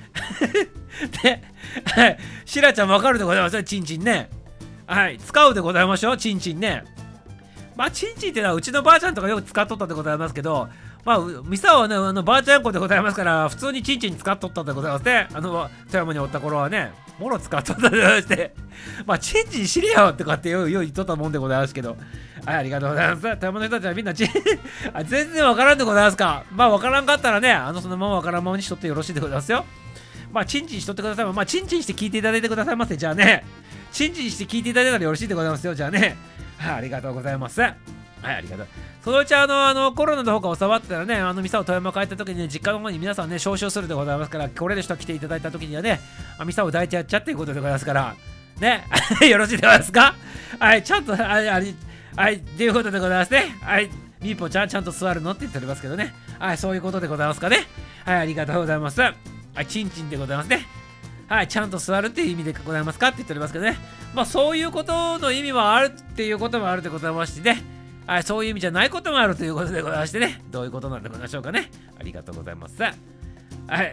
はい、シラちゃんわかるでございますよ、チンチンね。はい、使うでございましょう、チンチンね。まあ、チンチンっていうのはうちのばあちゃんとかよく使っとったでございますけど、まあ、ミサはね、ばあちゃん子でございますから、普通にチンチン使っとったでございますね。富山におった頃はね、もろ使っとったでございまして、まあ、チンチン知りやよとかってよう言っとったもんでございますけど、はい、ありがとうございます。富山の人たちはみんな全然わからんでございますか。まあ、わからんかったらね、そのままわからんままにしとってよろしいでございますよ。まあ、チンチンしとってください。まあ、チンチンして聞いていただいてくださいませ。じゃあね、チンチンして聞いていただいたらよろしいでございますよ。じゃあね、はい、ありがとうございます。はい、ありがとう。そのうちコロナの方が収まったらね、ミサを富山帰った時にね、実家の方に皆さんね、招集するでございますから、これで人来ていただいた時にはね、ミサを抱いてやっちゃっていうことでございますから、ね、よろしいでございますか？はい、ちゃんと、はい、ということでございますね。はい、みーぽちゃん、ちゃんと座るのって言っておりますけどね。はい、そういうことでございますかね。はい、ありがとうございます。はい、チンチンでございますね。はい、ちゃんと座るっていう意味でございますかって言っておりますけどね。まあ、そういうことの意味もあるっていうこともあるでございましてね。はい、そういう意味じゃないこともあるということでございましてね。どういうことなんでございましょうかね。ありがとうございます。はい、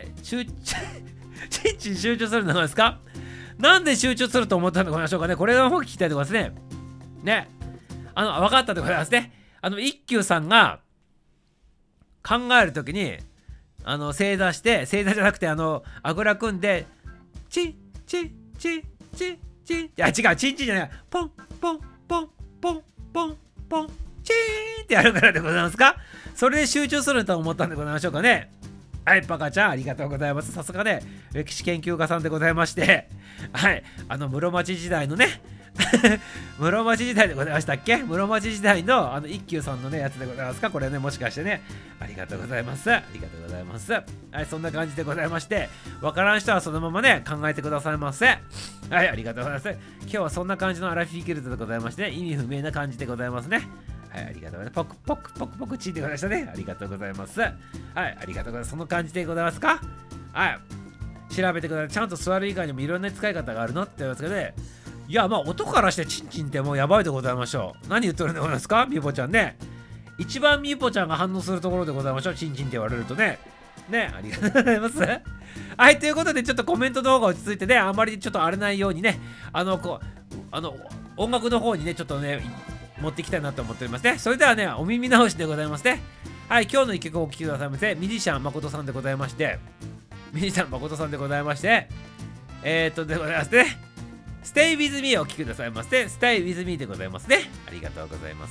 チンチン集中するのですか？なんで集中すると思ったんでございましょうかね。これの方聞きたいでございますね。ね。分かったでございますね。一休さんが考えるときに、正座じゃなくて、あぐら組んで、チン、チン、チン、チン、チン。いや、違う、チンチンじゃない。ポン、ポン、ポン、ポン、ポン、ポン、チーンってやるからでございますか？それで集中すると思ったんでございましょうかね。はい、パカちゃん、ありがとうございます。さすがね、歴史研究家さんでございまして、はい、室町時代のね、室町時代でございましたっけ？室町時代の一休さんのねやつでございますか？これね、もしかしてね。ありがとうございます。ありがとうございます。はい、そんな感じでございまして、わからん人はそのままね、考えてくださいませ。はい、ありがとうございます。今日はそんな感じのアラフィーギルドでございまして、ね、意味不明な感じでございますね。はい、ありがとうございます。ポクポクポクポクチンでございましたね。ありがとうございます。はい、ありがとうございます。その感じでございますか？はい。調べてください。ちゃんと座る以外にもいろんな使い方があるのって言いますけどね。いや、まあ、音からしてチンチンってもうやばいでございましょう。何言ってるんでございますか？みーぽちゃんね。一番みーぽちゃんが反応するところでございましょう。チンチンって言われるとね。ね、ありがとうございます。はい、ということで、ちょっとコメントの方が落ち着いてね、あまりちょっと荒れないようにね、音楽の方にね、ちょっとね、持っていきたいなと思っておりますね。それではね、お耳直しでございますね。はい、今日の一曲をお聴きくださいませ。ミュージシャン誠さんでございまして、でございまして、でございますね。Stay with me をお聴きくださいませ。Stay with me でございますね。ありがとうございます。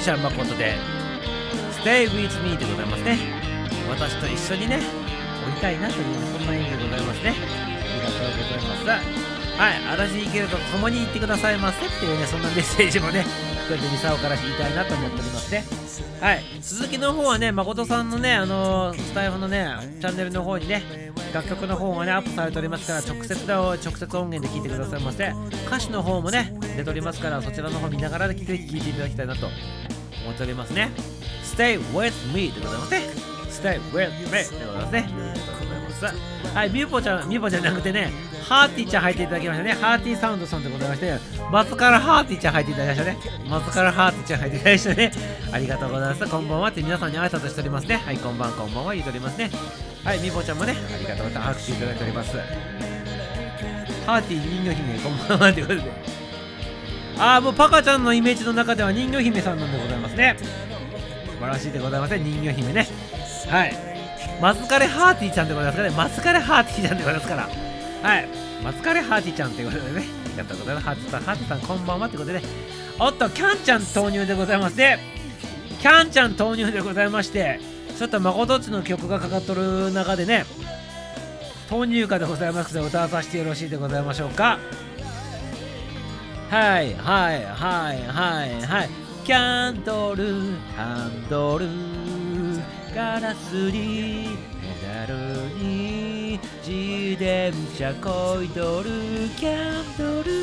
者誠で Stay with me でございますね。私と一緒にね降りたいなというそんな意味でございますね。ありがとうございます。はい、嵐行けると共に行ってくださいませっていうね、そんなメッセージもね、これでミサオから言いたいなと思っておりますね。はい、続きの方はね、誠さんのね、スタイフのね、チャンネルの方にね、楽曲の方がね、アップされておりますから、直接音源で聴いてくださいませ。歌詞の方もね、出ておりますから、そちらの方見ながらぜひ聴いていただきたいなと思っておりますね。Stay with me でございますね。Stay with me でございますね。ありがとうございます。はい、みぽちゃんじゃなくてね、ハーティーちゃん入っていただきましたね。ハーティーサウンドさんでございまして、松からハーティーちゃん入っていただきましたね。松からハーティーちゃん入っていただきましたね。ありがとうございます。こんばんはって皆さんに挨拶しておりますね。はい、こんばんは言っておりますね。はい、みぽちゃんもね、ありがとうございます。拍手いただいております。ハーティー人魚姫、こんばんはということで。もうパカちゃんのイメージの中では人魚姫さんなんでございますね。素晴らしいでございますね、人魚姫ね。はい。松カレハーティーちゃんでございますからね。松カレハーティーちゃんでございますから。はい。松カレハーティーちゃんということでね。ありがとうございます。ハーティーさん、こんばんはってことでね。おっと、キャンちゃん投入でございますね。キャンちゃん投入でございまして、ちょっと誠っちの曲がかかっとる中でね、投入歌でございますので歌わさせてよろしいでございましょうか。はい。キャンドル、ハンドル、ガラスにペダルに自転車こいどるキャンドル。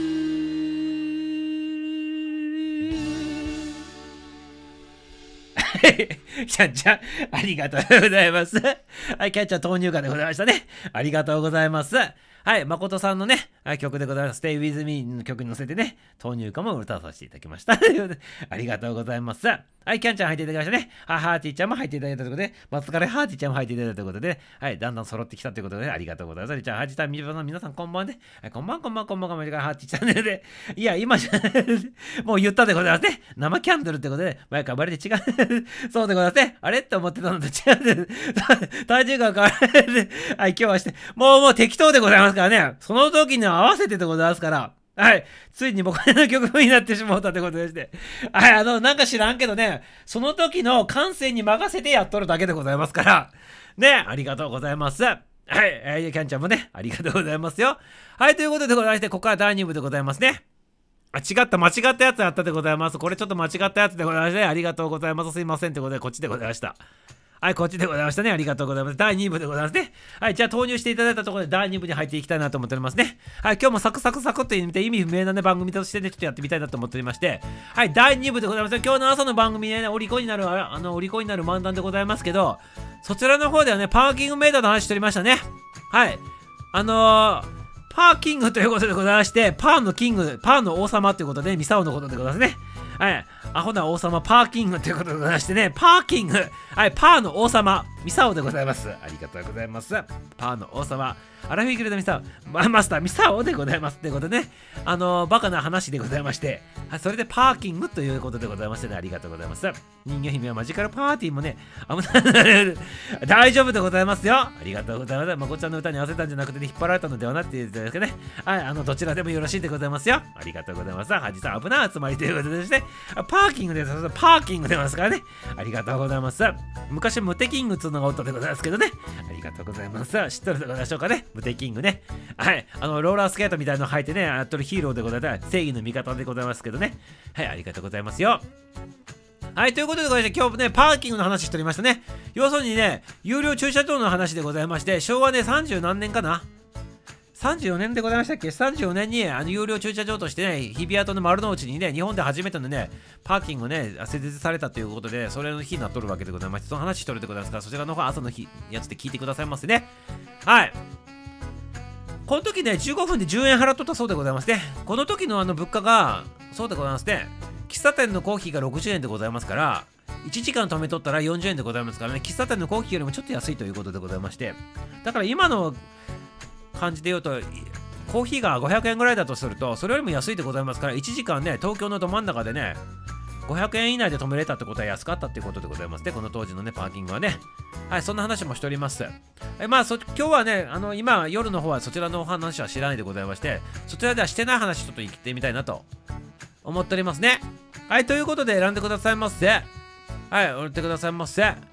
キャンちゃんありがとうございます。はい、キャンちゃん投入歌でございましたね。ありがとうございます。はい、誠さんのね、曲でございます。Stay with me の曲に乗せてね、投入歌も歌わさせていただきました。ありがとうございます。はい、キャンちゃん入っていただきましたね。ハーティーちゃんも入っていただいたということで、松からハーティーちゃんも入っていただいたということで、はい、だんだん揃ってきたということで、ありがとうございます。じゃあ、ハーティーちゃん、皆さんこんばんはね。はい、こんばんは、ハーティーチャンネルで。いや、今じゃ、もう言ったでございますね。生キャンドルってことで、前からバレて違う。そうでございますね。あれって思ってたのと違う。体重が変わる。はい、今日はして、もう適当でございますからね。その時に合わせてでございますから。はい。ついに僕の曲になってしまったってことでして。はい。なんか知らんけどね、その時の感性に任せてやっとるだけでございますから。ね。ありがとうございます。はい。キャンちゃんもね、ありがとうございますよ。はい。ということでございまして、ここから第2部でございますね。間違ったやつあったでございます。これちょっと間違ったやつでございまして、ありがとうございます。すいませんってことで、こっちでございました。はい、こっちでございましたね。ありがとうございます。第2部でございますね。はい、じゃあ投入していただいたところで第2部に入っていきたいなと思っておりますね。はい、今日もサクサクと言って意味不明なね、番組としてね、ちょっとやってみたいなと思っておりまして、はい、第2部でございます。今日の朝の番組でね、お利口になる漫談でございますけど、そちらの方ではね、パーキングメーターの話しておりましたね。はい。パーキングということでございまして、パーの王様ということで、ミサオのことでございますね。はい。アホな王様、パーキングということでございましてね、パーキング。はい、パーの王様、ミサオでございます。ありがとうございます。パーの王様、アラフィギルドミサオ、マスター、ミサオでございます。ということでね、バカな話でございまして、はい、それでパーキングということでございましてね、ありがとうございます。人魚姫はマジカルパーティーもね、大丈夫でございますよ。ありがとうございます。まこちゃんの歌に合わせたんじゃなくて、ね、引っ張られたのではなくて言うんですけどね。はい、どちらでもよろしいでございますよ。ありがとうございます。実は危ない集まりということでですね、パーキングです。パーキング出ますからね。ありがとうございます。昔、ムテキングっていうのがおったでございますけどね。ありがとうございます。知ってるでございましょうかね。ムテキングね。はい。ローラースケートみたいなの履いてね、やっとるヒーローでございます。正義の味方でございますけどね。はい、ありがとうございますよ。はい、ということでございまして、今日ね、パーキングの話しておりましたね。要するにね、有料駐車場の話でございまして、昭和ね、30何年かな。34年でございましたっけ。34年に有料駐車場としてね、日比谷との丸の内にね、日本で初めてのね、パーキングをね、設立されたということで、それの日になっとるわけでございまして、その話しとるでございますから、そちらの方、朝の日やつで聞いてくださいませね。はい。この時ね、15分で10円払っとったそうでございますね。この時の物価が、そうでございますね。喫茶店のコーヒーが60円でございますから、1時間止めとったら40円でございますからね、喫茶店のコーヒーよりもちょっと安いということでございまして、だから今の感じで言うと、コーヒーが500円ぐらいだとすると、それよりも安いでございますから、1時間ね、東京のど真ん中でね、500円以内で止めれたってことは安かったっていうことでございますね、この当時のね、パーキングはね。はい、そんな話もしております。まあ、今日はね、今、夜の方はそちらのお話は知らないでございまして、そちらではしてない話ちょっと言ってみたいなと思っておりますね。 はい、ということで選んでくださいませ。はい、選んでくださいませ。はい、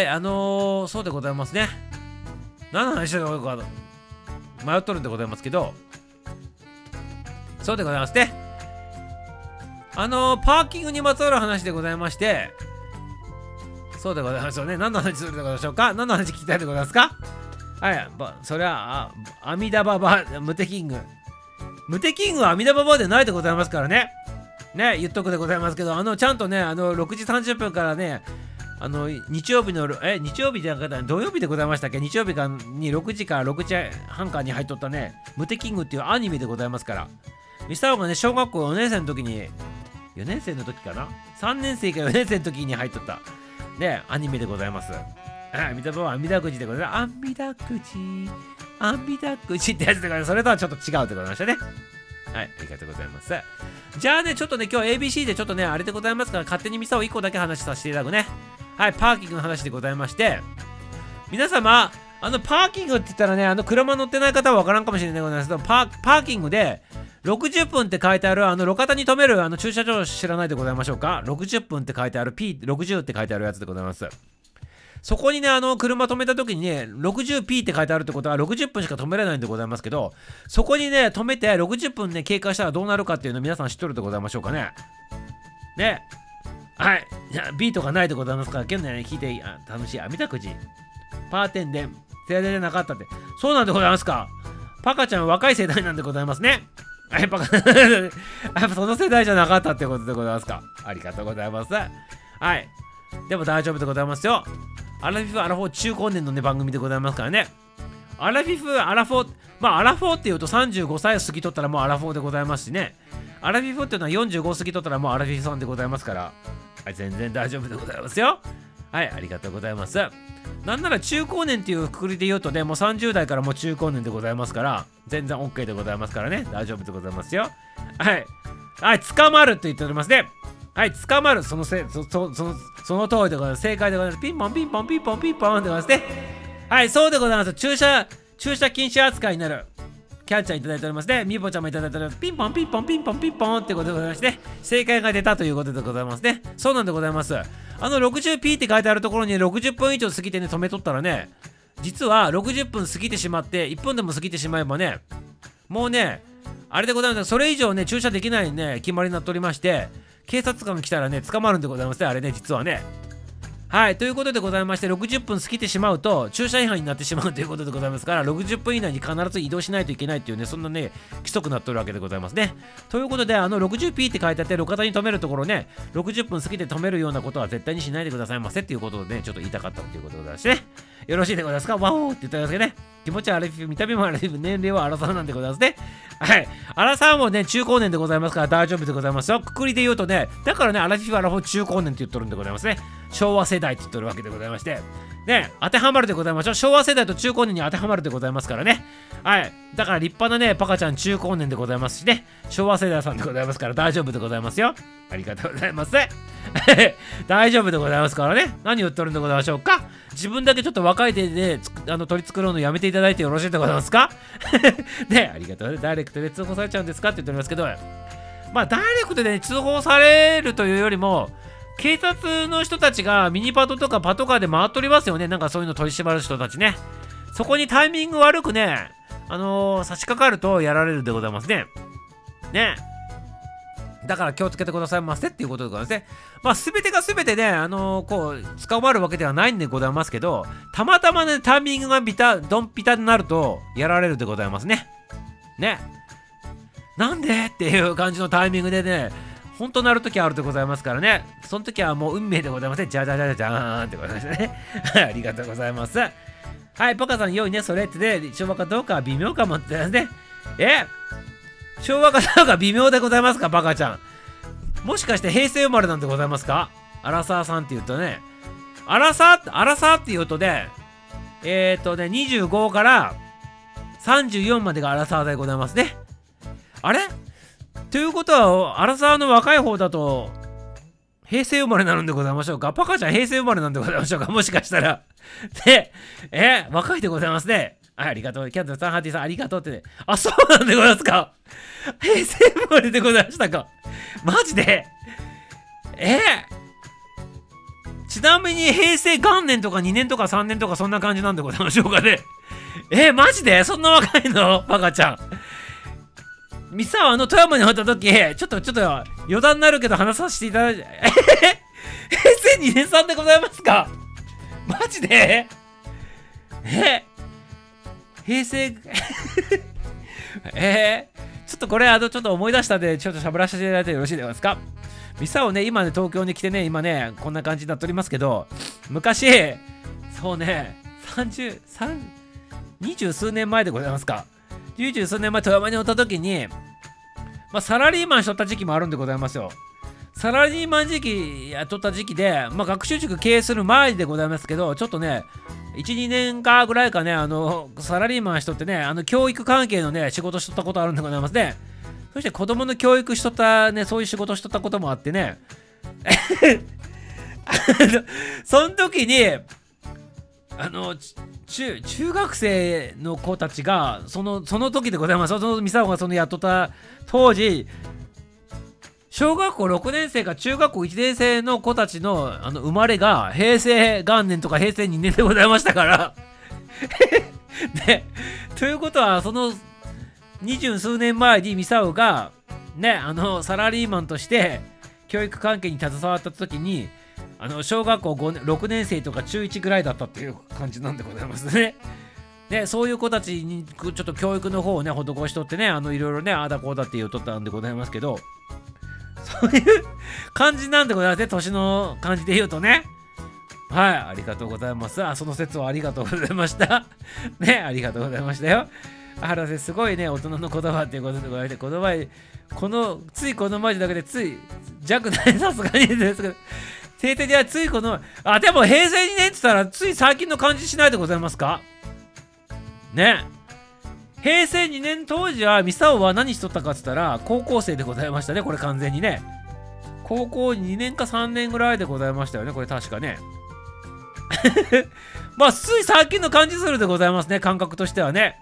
そうでございますね。何の話してるのか迷っとるんでございますけど、そうでございますね。パーキングにまつわる話でございまして、そうでございますよね。何の話するでございましょうか。何の話聞きたいでございますか。はい、それは、阿弥陀ババムテキング。ムテキングは阿弥陀ババでないでございますからね。ね、言っとくでございますけど、ちゃんとね、6時30分からね、日曜日じゃなかった土曜日でございましたっけ。日曜日に6時から6時半間に入っとったね、ムテキングっていうアニメでございますから。ミスターオがね、小学校4年生の時に、4年生の時かな ?3 年生か4年生の時に入っとった、ね、アニメでございます。阿弥陀ババ阿弥陀くじでございます。阿弥陀くじ、阿弥陀くじってやつでございます。それとはちょっと違うでございましたね。はい、ありがとうございます。じゃあね、ちょっとね、今日 ABC でちょっとね、あれでございますから、勝手にミサを1個だけ話させていただくね。はい、パーキングの話でございまして、皆様、パーキングって言ったらね、車乗ってない方はわからんかもしれないでございますけど、パーキングで60分って書いてある、路肩に止める駐車場知らないでございましょうか。60分って書いてある、P60 って書いてあるやつでございます。そこにね、車止めた時にね、60P って書いてあるってことは60分しか止めれないんでございますけど、そこにね、止めて60分ね、経過したらどうなるかっていうのを皆さん知っとるでございましょうかね。ね。はい。じゃあ、B とかないでございますから、今日ね、聞いて楽しい。阿弥陀くじ。パーテンで、停電でなかったって。そうなんでございますか。パカちゃん若い世代なんでございますね。はい、やっぱその世代じゃなかったってことでございますか。ありがとうございます。はい。でも大丈夫でございますよ。アラフィフ、アラフォー中高年のね、番組でございますからね。アラフィフ、アラフォー、アラフォーって言うと35歳過ぎとったらもうアラフォーでございますしね。アラフィフっていうのは45過ぎとったらもうアラフィフさんでございますから、はい、全然大丈夫でございますよ。はい、ありがとうございます。なんなら中高年っていうくくりで言うとね、もう30代からもう中高年でございますから、全然 OK でございますからね、大丈夫でございますよ。はい。はい、捕まると言っておりますね。はい、捕まる、その通りでございます。正解でございます。ピンポンピンポンピンポンピンポンでございますね。はい、そうでございます。駐車禁止扱いになる。キャッチャーいただいておりますね。みぽちゃんもいただいております。ピンポンピンポンピンポンピンポンってことでございまして、正解が出たということでございますね。そうなんでございます。60P って書いてあるところに60分以上過ぎてね、止めとったらね、実は60分過ぎてしまって、1分でも過ぎてしまえばね、もうね、あれでございます。それ以上ね、駐車できないね、決まりになっておりまして、警察官が来たらね、捕まるんでございますね、あれね、実はね。はい、ということでございまして、60分過ぎてしまうと、駐車違反になってしまうということでございますから、60分以内に必ず移動しないといけないっていうね、そんなね、規則になっておるわけでございますね。ということで、60P って書いてあって、路肩に止めるところね、60分過ぎて止めるようなことは絶対にしないでくださいませっていうことでね、ちょっと言いたかったということでございましてね。よろしいでございますか。ワオーって言ったんですけどね。気持ちはアラフィフ、見た目もアラフィフ、年齢はアラサーなんでございますね。はい。アラサーもね、中高年でございますから大丈夫でございますよ。くくりで言うとね、だからね、アラフィフ、アラフォー、中高年って言っとるんでございますね。昭和世代って言っとるわけでございまして。ね、当てはまるでございましょう。昭和世代と中高年に当てはまるでございますからね。はい。だから立派なね、パカちゃん中高年でございますしね。昭和世代さんでございますから大丈夫でございますよ。ありがとうございます。大丈夫でございますからね。何言っとるんでございましょうか。自分だけちょっと若い手で取り繕うのやめていただいてよろしいでございますか。ね、ありがとうね。ダイレクトで通報されちゃうんですかって言っておりますけど、まあダイレクトで、ね、通報されるというよりも、警察の人たちがミニパトとかパトカーで回っておりますよね。なんかそういうの取り締まる人たちね。そこにタイミング悪くね、差し掛かるとやられるでございますね。ね。だから気をつけてくださいませっていうことでございますね。まあ全てが全てね、こう、捕まるわけではないんでございますけど、たまたまね、タイミングがドンピタになるとやられるでございますね。ね。なんでっていう感じのタイミングでね、本当なるときあるでございますからね。その時はもう運命でございますね。じゃじゃじゃじゃーんってことですね。ありがとうございます。はい、パカさん、良いね、それってね、昭和かどうかは微妙かもってですね。昭和かどうか微妙でございますか、パカちゃん。もしかして平成生まれなんでございますか。アラサーさんって言うとね、アラサーって言うとね、25から34までがアラサーでございますね。あれということは、アラサーの若い方だと、平成生まれになるんでございましょうか。パカちゃん平成生まれなんでございましょうか。もしかしたら。で、若いでございますね。 はい、ありがとう。キャンドルさん、ハーティさん、ありがとうってね。あ、そうなんでございますか。平成生まれでございましたか。マジでちなみに平成元年とか2年とか3年とかそんな感じなんでございましょうかね。マジでそんな若いのバカちゃん。ミサは富山におった時、ちょっと余談になるけど話させていただいて、平成2年3でございますか。マジで平成ちょっとこれちょっと思い出したんでちょっと喋らせていただいてよろしいですか。ミサをね今ね東京に来てね今ねこんな感じになっておりますけど、昔そうね20数年前でございますか。20数年前富山におった時にサラリーマンしとった時期もあるんでございますよ。サラリーマン時期やっとった時期で、学習塾経営する前でございますけど、ちょっとね1、2年かぐらいかねサラリーマンしとってね教育関係のね仕事しとったことあるんでございますね。そして子供の教育しとったねそういう仕事しとったこともあってねその時に中学生の子たちがその時でございます。そのミサオがやっとった当時小学校6年生か中学校1年生の子たちの生まれが平成元年とか平成2年でございましたからでということはその20数年前にミサオがねサラリーマンとして教育関係に携わった時に小学校6年生とか中1ぐらいだったっていう感じなんでございますね。でそういう子たちにちょっと教育の方をね施しとってねいろいろねあだこうだって言うとったんでございますけど、そういう感じなんでございますね。年の感じで言うとね。はい、ありがとうございます。その説はありがとうございましたね、ありがとうございましたよ。原瀬すごいね大人の言葉っていうことでございまして、この文字だけでつい弱ないさすがにですけど定点ではついでも平成2年って言ったらつい最近の感じしないでございますかね。平成2年当時はミサオは何しとったかって言ったら高校生でございましたね。これ完全にね高校2年か3年ぐらいでございましたよね、これ確かねつい最近の感じするでございますね、感覚としてはね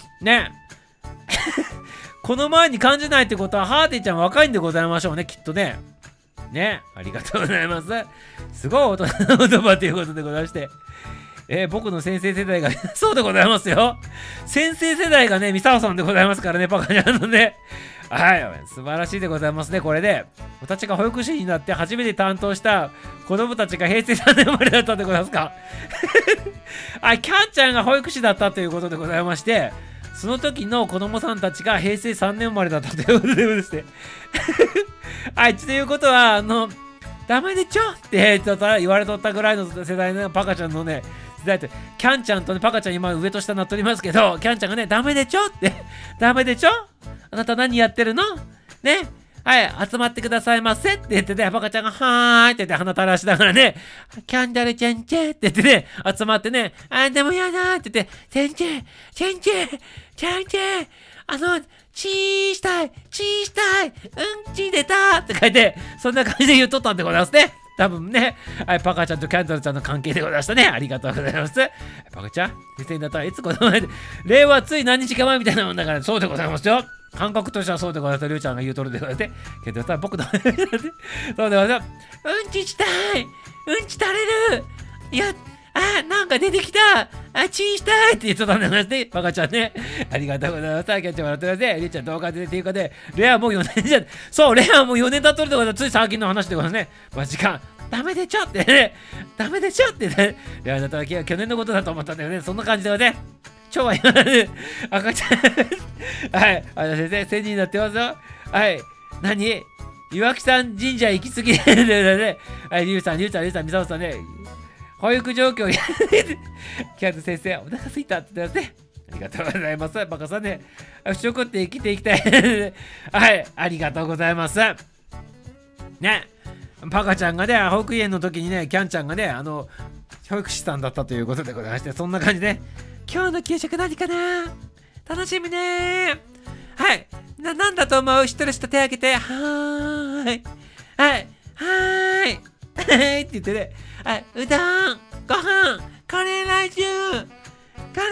この前に感じないってことはハーティちゃん若いんでございましょうね、きっとね。ありがとうございます。すごい大人の言葉ということでございまして、僕の先生世代がそうでございますよ。先生世代がねミサオさんでございますからね、バカにねはい、素晴らしいでございますね。これで私たちが保育士になって初めて担当した子供たちが平成3年生まれだったんでございますかキャンちゃんが保育士だったということでございまして、その時の子供さんたちが平成3年生まれだったということでございましてということはダメでちょって言われとったぐらいの世代のパカちゃんのね世代って、キャンちゃんとねパカちゃん今上と下になっておりますけど、キャンちゃんがねダメでちょってダメでちょあなた何やってるのね、はい集まってくださいませって言ってね、パカちゃんがはーいって言って鼻垂らしながらねキャンドルチェンチェって言ってね集まってね、でもやだって言ってチェンチェチェンチェチェンチェチーしたいうんち出たって書いてそんな感じで言っとったんでございますね。多分ね、パカちゃんとキャンドルちゃんの関係でございましたね。ありがとうございます。パカちゃん、先生になったらいつこの前で、令和つい何日か前みたいなもんだから、そうでございますよ。感覚としてはそうでございます。りゅうちゃんが言うとるでございます。けどさ、僕のそうでございます。うんちしたいうんち垂れるいや、なんか出てきたチーしたいって言ってたんだよね、バカちゃんね。ありがとうございます。キャッチ笑ってください。りゅうちゃん動画でっていうかで、レアもう4年じゃ、そう、レアもう4年経っとるってことはつい最近の話でございますね。時間。ダメでちょってね。ダメでちょってね。いや、だったら去年のことだと思ったんだよね。そんな感じだよね。超は言わない。赤ちゃん。はい。先生、1000人になってますよ。はい。何岩木山神社行き過ぎでね。はい、りゅうさん、みさおさんね。保育状況キャンド先生、お腹すいたって言ってね。ありがとうございます。バカさんね。不食って生きていきたい。はい。ありがとうございます。ね。パカちゃんがね、保育園の時にね、キャンちゃんがね、保育士さんだったということでございまして、そんな感じで、今日の給食何かな楽しみねはい。なんだと思う知ってる人手挙げて、はーい。はい。はーい。はいって言ってね、はい。うどん、ご飯、カレーライス、カレーライ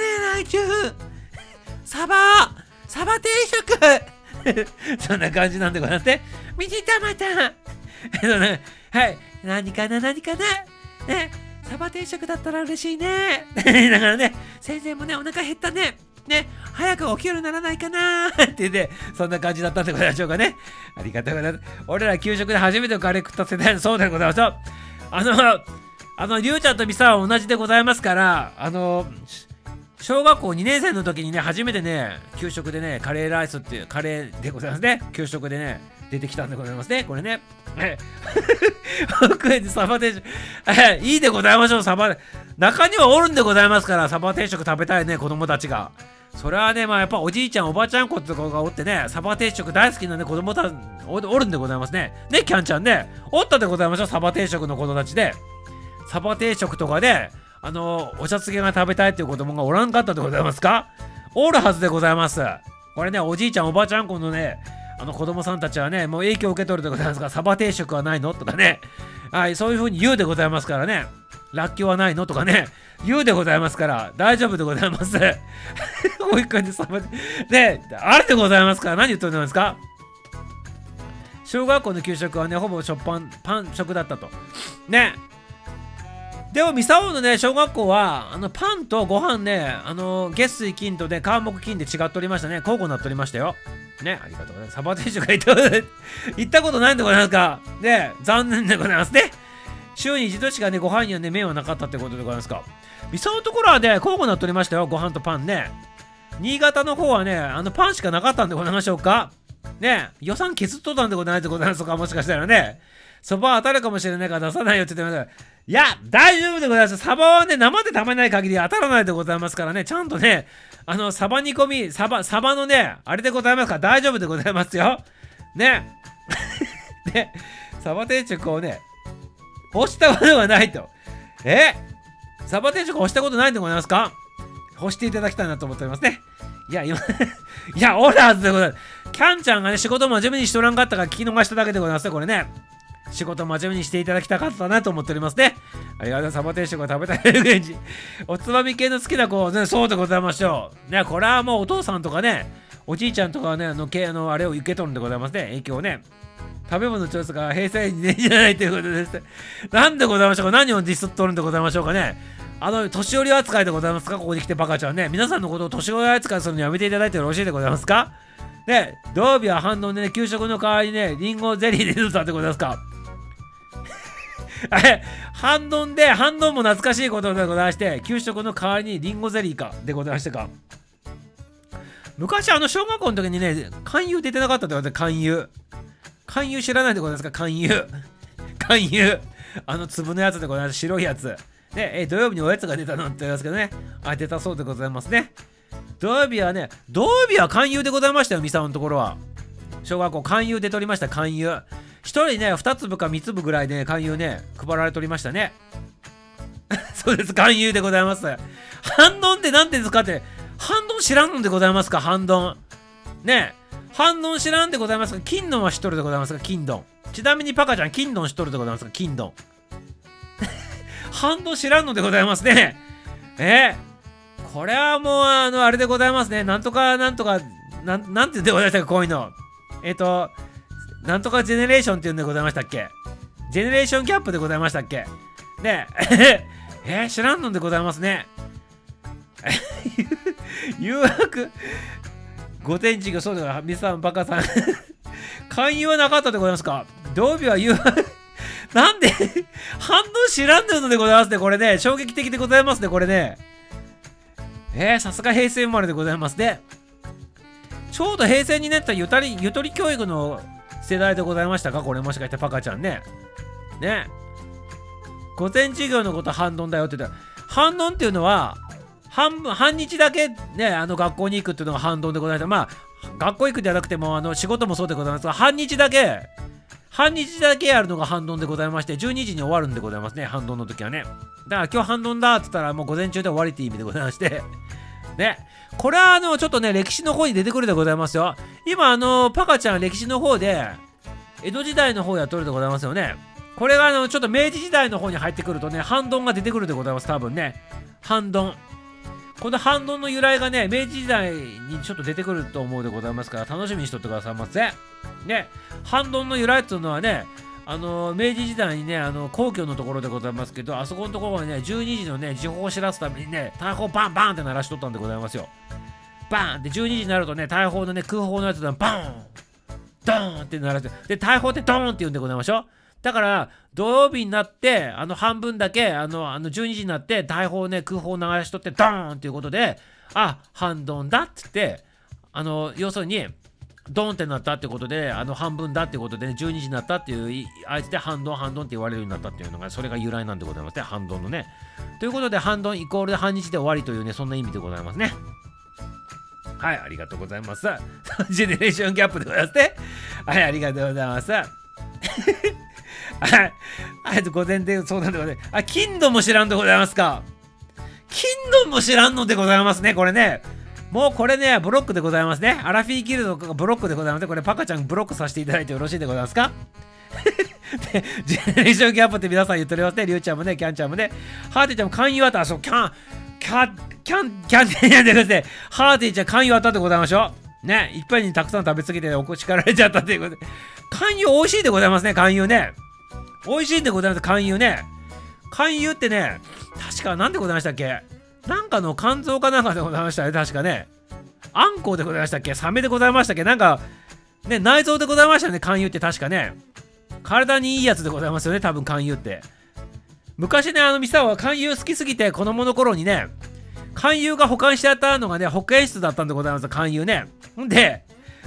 売中サバ定食そんな感じなんでございますね。ミニトマトはい、何かなね、サバ定食だったら嬉しいねだからね、先生もね、お腹減ったね、早く起きるようにならないかなって言って、そんな感じだったってことでしょうかね。ありがとうございます。俺ら給食で初めてカレー食った世代、そうでございますよ。りゅうちゃんとミサは同じでございますから、小学校2年生の時にね、初めてね、給食でね、カレーライスっていう、カレーでございますね。給食でね、出てきたんでございますね。これね。保園でサバ定食。いいでございましょう、サバ。中にはおるんでございますから、サバ定食食べたいね、子供たちが。それはね、まあやっぱおじいちゃん、おばあちゃん子って子がおってね、サバ定食大好きなね、子供たちおるんでございますね。ね、キャンちゃんね。おったでございましょう、サバ定食の子供たちで。サバ定食とかで、お茶漬けが食べたいっていう子供がおらんかったでございますか？おるはずでございます。これね、おじいちゃん、おばあちゃん子のね、子供さんたちはね、もう影響を受け取るでございますが、サバ定食はないのとかね、はい、そういう風に言うでございますからね、らっきょうはないのとかね、言うでございますから、大丈夫でございます。保育園でサバで、あれでございますから、何言ってるんですか？小学校の給食はね、ほぼパン食だったと。ね。でも、ミサオのね、小学校は、パンとご飯ね、月水金とね、火木金で違っておりましたね。交互になっておりましたよ。ね、ありがとうございます。サバ定食行ったことないんでございますか？ね、残念でございますね。週に一度しかね、ご飯にはね、麺はなかったってことでございますか。ミサオのところはね、交互になっておりましたよ。ご飯とパンね。新潟の方はね、パンしかなかったんでございましょうか。ね、予算削っとったんでございますか、もしかしたらね。そば当たるかもしれないから出さないよって言ってました。いや、大丈夫でございます。サバはね、生で食べない限り当たらないでございますからね、ちゃんとね、サバ煮込み、サバのね、あれでございますから大丈夫でございますよ。ね。ね、サバ定食をね、干したことがないと。サバ定食干したことないんでございますか？干していただきたいなと思っておりますね。いや、いや、おるはずでございます。キャンちゃんがね、仕事真面目にしとらんかったから聞き逃しただけでございますね、これね。仕事真面目にしていただきたかったなと思っておりますね。ありがとうございます。サバ定食を食べたいレンジ。おつまみ系の好きな子はね、そうでございましょう。ね、これはもうお父さんとかね、おじいちゃんとかね、あれを受け取るんでございますね。影響をね。食べ物のチョイスが平成2年じゃないということです。なんでございましょうか？何をディスっとるんでございましょうかね？年寄り扱いでございますか？ここに来てバカちゃんね。皆さんのことを年寄り扱いするのやめていただいてよろしいでございますか？ね、土曜日は反応でね、給食の代わりにね、リンゴゼリーで出たってございますか？半ドンも懐かしいことでございまして、給食の代わりにリンゴゼリーかでございましてか。昔小学校の時にね、勧誘出てなかったってことで、勧誘知らないでございますか？勧誘粒のやつでございます。白いやつね。土曜日におやつが出たのって言いますけどね、出たそうでございますね。土曜日は勧誘でございましたよ。ミサオのところは小学校勧誘で取りました。勧誘1人ね、2粒か3粒ぐらいで、ね、勧誘ね、配られておりましたね。そうです、勧誘でございます。半丼って何ですかって、半丼知らんのでございますか？半丼。ね、半丼知らんでございますか？金丼は知っとるでございますか？金丼。ちなみにパカちゃん、金丼知っとるでございますか？金丼。半丼知らんのでございますね。これはもう、あれでございますね。なんとか、なんて言ってございましたか？こういうの。なんとかジェネレーションっていうんでございましたっけ？ジェネレーションキャップでございましたっけ？ねえ。知らんのでございますね。誘惑。5点値がそうだから、ミサンバカさん。勧誘はなかったでございますか？土曜日は誘惑。なんで反応知らんのでございますね。これね、衝撃的でございますね。これね。さすが平成生まれでございますね。ちょうど平成になったゆとり教育の世代でございましたか？これもしかしてパカちゃんね。ね。午前授業のこと半ドンだよって言ったら、半ドンっていうのは半日だけね、学校に行くっていうのが半ドンでございました。まあ、学校行くじゃなくても、仕事もそうでございますが、半日だけやるのが半ドンでございまして、12時に終わるんでございますね、半ドンの時はね。だから今日半ドンだって言ったら、もう午前中で終わりっていう意味でございまして。ね。これはちょっとね、歴史の方に出てくるでございますよ。今、パカちゃん歴史の方で、江戸時代の方やっとるでございますよね。これがちょっと明治時代の方に入ってくるとね、半ドンが出てくるでございます、多分ね。半ドン。 この反動の由来がね、明治時代にちょっと出てくると思うでございますから、楽しみにしとってくださいませ。ね、反動の由来っていうのはね、明治時代にね、皇居のところでございますけど、あそこのところはね、12時のね、時報を知らすためにね、大砲バンバンって鳴らしとったんでございますよ。バーンって12時になるとね、大砲のね、空砲のやつがバーンドーンって鳴らして、で、大砲ってドーンって言うんでございましょう。だから、土曜日になって、半分だけ、12時になって、大砲ね、空砲流しとって、ドーンっていうことで、あ、反動だって言って、要するに、ドーンってなったってことで、半分だってことで、ね、12時になったっていう、あいつで反動って言われるようになったっていうのが、それが由来なんでございますね、反動のね。ということで、反動イコールで半日で終わりというね、そんな意味でございますね。はい、ありがとうございます。ジェネレーションギャップでございますね。はい、ありがとうございます。はい、午前で相談でございます。あ、キンドンも知らんでございますか。キンドンも知らんのでございますね、これね。もうこれね、ブロックでございますね。アラフィーギルドがブロックでございますね。これパカちゃんブロックさせていただいてよろしいでございますか。でジェネレーションギャップって皆さん言っておりますね。リュウちゃんもね、キャンちゃんもね。ハーティちゃんも勧誘あった。そう、キャンってやってください。ハーティちゃん勧誘あったでございましょう。ね、いっぱいにたくさん食べ過ぎて叱られちゃったということで。勧誘美味しいでございますね、勧誘ね。美味しいんでございます、勧誘ね。勧誘ってね、確か何でございましたっけ。なんかの肝臓かなんかでございましたね、確かね。あんこうでございましたっけ、サメでございましたっけ、なんか、ね、内臓でございましたね、勧誘って確かね。体にいいやつでございますよね、多分勧誘って。昔ね、ミサは勧誘好きすぎて、子供の頃にね、勧誘が保管してあったのがね、保健室だったんでございます、勧誘ね。んで、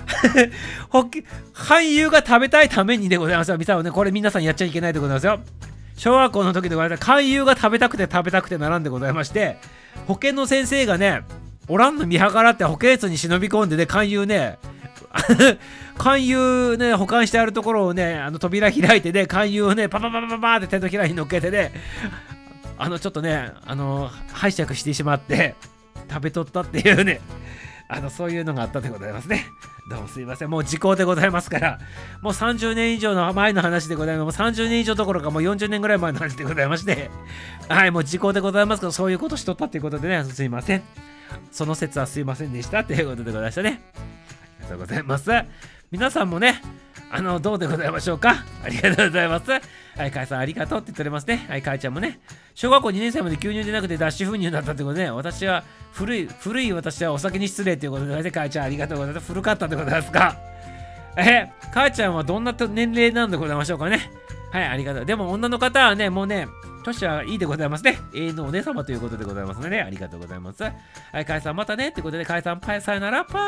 勧誘が食べたいためにでございますよ、ミサはね、これ皆さんやっちゃいけないでございますよ。小学校の時でございます。勧誘が食べたくて並んでございまして、保健の先生がね、おらんの見計らって保健室に忍び込んでね、勧誘ね、勧誘ね、保管してあるところをね、扉開いてね、勧誘をね、パパって手のひらに乗っけてね、ちょっとね、拝借してしまって、食べとったっていうね、そういうのがあったでございますね。どうもすいません。もう時効でございますから、もう30年以上の前の話でございます。もう30年以上どころかもう40年ぐらい前の話でございまして、はい、もう時効でございますけど、そういうことしとったっていうことでね、すいません。その説はすいませんでしたということでございましたね。ありがとうございます。皆さんもね、どうでございましょうか。ありがとうございます。はい、かいさんありがとうって言っておりますね。はい、かいちゃんもね、小学校2年生まで牛乳でなくて脱脂粉乳だったってことで、ね、私は古い私はお酒に失礼ということで、かいちゃんありがとうございます。古かったでございますか。かいちゃんはどんな年齢なんでございましょうかね。はい、ありがとう。でも女の方はね、もうね、年はいいでございますね。永遠のお姉様ということでございますので、ね、ありがとうございます。はい、かいさんまたねってことで、かいさんさよならパーン。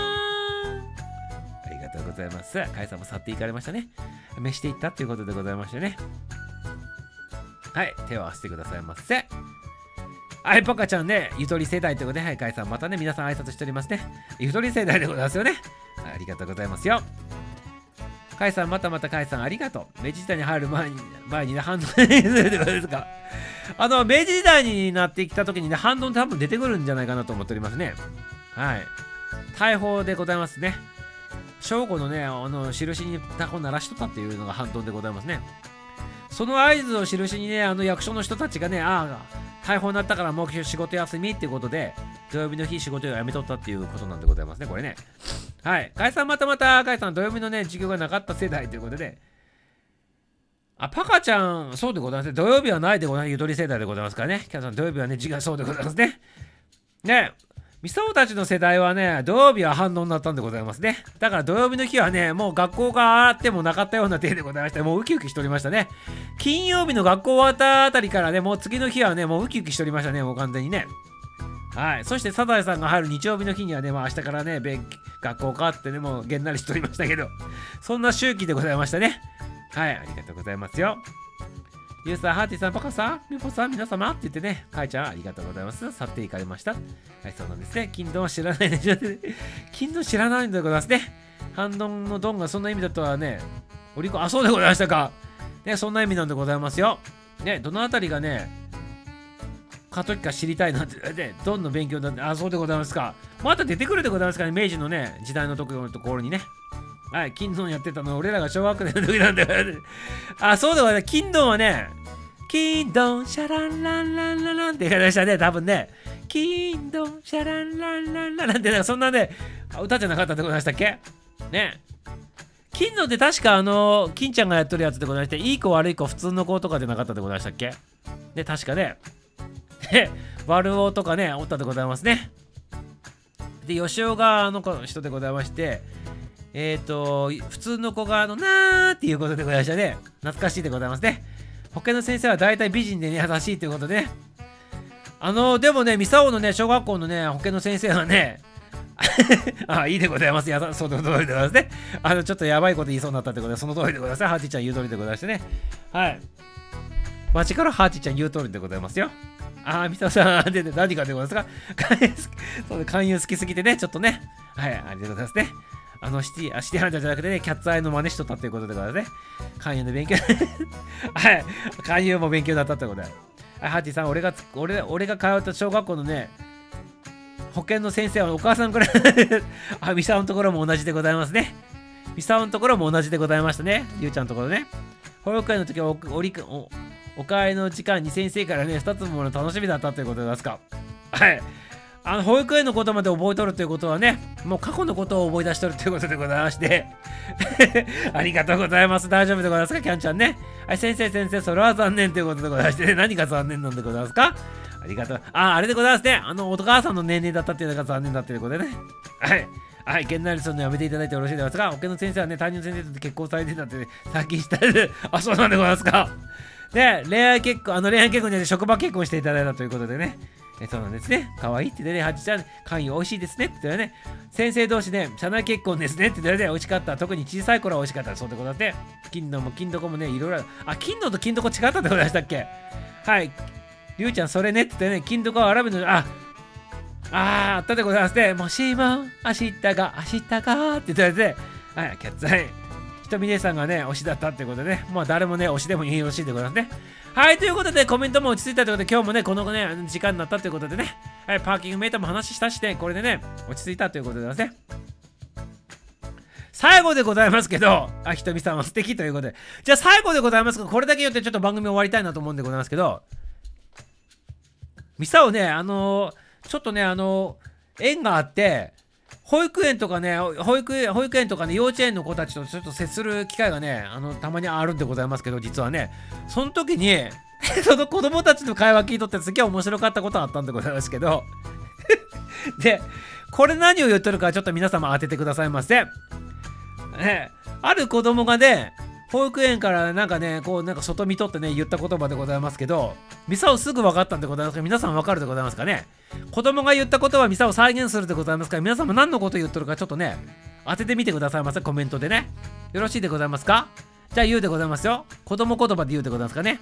ありがとうございます。かいさんも去っていかれましたね。召していったということでございましてね。はい、手を合わせてくださいませ。はい、パカちゃんね、ゆとり世代ということで、はい、かいさんまたね、皆さん挨拶しておりますね。ゆとり世代でございますよね。ありがとうございますよ。カイさん、またカイさん、ありがとう。明治時代に入る前にね、反動にするってことですか。明治時代になってきたときにね、反動多分出てくるんじゃないかなと思っておりますね。はい。大砲でございますね。正午のね、印にタコ鳴らしとったっていうのが反動でございますね。その合図を印にね、役所の人たちがね、大砲になったからもう仕事休みっていうことで、土曜日の日仕事を辞めとったっていうことなんでございますね、これね。はい。かいさんまた、かいさん土曜日のね、授業がなかった世代ということで、パカちゃん、そうでございますね。土曜日はないでございます。ゆとり世代でございますからね。キャンさん、土曜日はね、授業そうでございますね。ね。ミサオたちの世代はね、土曜日は反応になったんでございますね。だから土曜日の日はね、もう学校があってもなかったような体でございまして、もうウキウキしておりましたね。金曜日の学校終わったあたりからね、もう次の日はね、もうウキウキしておりましたね、もう完全にね。はい。そしてサザエさんが入る日曜日の日にはね、明日からね、学校かってね、もうげんなりしておりましたけど、そんな周期でございましたね。はい。ありがとうございますよ。ゆうさん、ハーティさん、パカさん、ミポさん、皆様って言ってね、かいちゃん、ありがとうございます。去っていかれました。はい、そうなんですね。金ドンは知らないでしょ。金ドン知らないんでございますね。ハンドンのドンがそんな意味だとはね、そうでございましたか。ね、そんな意味なんでございますよ。ね、どのあたりがね、過渡期か知りたいなって、ね、どんどん勉強になって、そうでございますか。また出てくるでございますからね、明治のね、時代のところにね。はい、金ドンやってたの俺らが小学年の時なんだよ。そうでございます。金ドンはね、 キンドンシャランランランランランって言い方でしたね、多分ね。キンドンシャランランランランランってなんかそんなね、歌じゃなかったってことでしたっけね。金のって確か金ちゃんがやっとるやつでございまして、いい子悪い子普通の子とかでなかったでございましたっけね、確かね。で、悪王とかね、おったでございますね。で、吉尾が人でございまして、普通の子がなーっていうことでございましたね。懐かしいでございますね。他の先生は大体美人でね、優しいということでね。でもね、ミサオのね、小学校のね、他の先生はね、いいでございます。その通りでございますね。ちょっとやばいこと言いそうになったってことで、その通りでございます。ハーティちゃん言う通りでございましてね。はい。街からハーティちゃん言う通りでございますよ。ミサオさん、で、何かでございますか勧誘好きすぎてね、ちょっとね。はい、ありがとうございますね。シティハンターじゃなくてね、キャッツアイの真似しとったということでございますね。勧誘の勉強。はい。勧誘も勉強だったということで。ハーティさん、俺が通った小学校のね、保健の先生はお母さんくらいミサオのところも同じでございますね。ミサオのところも同じでございましたね。ゆうちゃんのところね。保育園の時はお帰りの時間に先生からね、2つもの楽しみだったということでございますか。はい。保育園のことまで覚えとるということはね、もう過去のことを思い出しとるということでございましてありがとうございます。大丈夫でございますか、キャンちゃんね。はい、先生、それは残念ということでございまして、ね、何が残念なんでございますか。ありがとう。あれでございますね。お母さんの年齢だったっていうのが残念だっていうことでね。はい。はい、げんなりするのやめていただいてよろしいですか。他の先生はね、担任の先生と結婚されてたって、ね、先にしたいそうなんでございますか。で、恋愛結婚じゃなくて職場結婚していただいたということでね。そうなんですね。可愛いって言ってね、ハチちゃん、関与美味しいですねって言ってね、先生同士ね、社内結婚ですねって言ってね、美味しかった。特に小さい頃は美味しかった。そうでございますね。金のも金どこもね、いろいろ金のと金どこ違ったってことでしたっけ。はい。りゅうちゃん、それねって言ってね、金どこはアラビの、あったでございますね。もしも、明日がって言ってね、はい、キャッツアイ。ひとみ姉さんがね、推しだったってことでね、まあ誰もね、推しでもいい推しでございますね。はい、ということで、コメントも落ち着いたということで、今日もね、このね、時間になったということでね、はい、パーキングメーターも話したしね、これでね、落ち着いたということでございますね。最後でございますけど、ひとみさんは素敵ということで、じゃあ最後でございますが、これだけ言ってちょっと番組終わりたいなと思うんでございますけど、ミサをね、ちょっとね、縁があって、保育園とかね、幼稚園の子たちとちょっと接する機会がね、たまにあるんでございますけど、実はね、その時に、その子供たちの会話聞いとってすげえ面白かったことがあったんでございますけど、で、これ何を言ってるかちょっと皆様当ててくださいませ。ある子供がね、保育園からなんかね、こうなんか外見とってね、言った言葉でございますけど、ミサオすぐ分かったんでございますか。皆さん分かるでございますかね。子供が言った言葉ミサオ再現するでございますから、皆さんも何のこと言っとるかちょっとね、当ててみてくださいませ、コメントでね。よろしいでございますか。じゃあ言うでございますよ。子供言葉で言うでございますかね。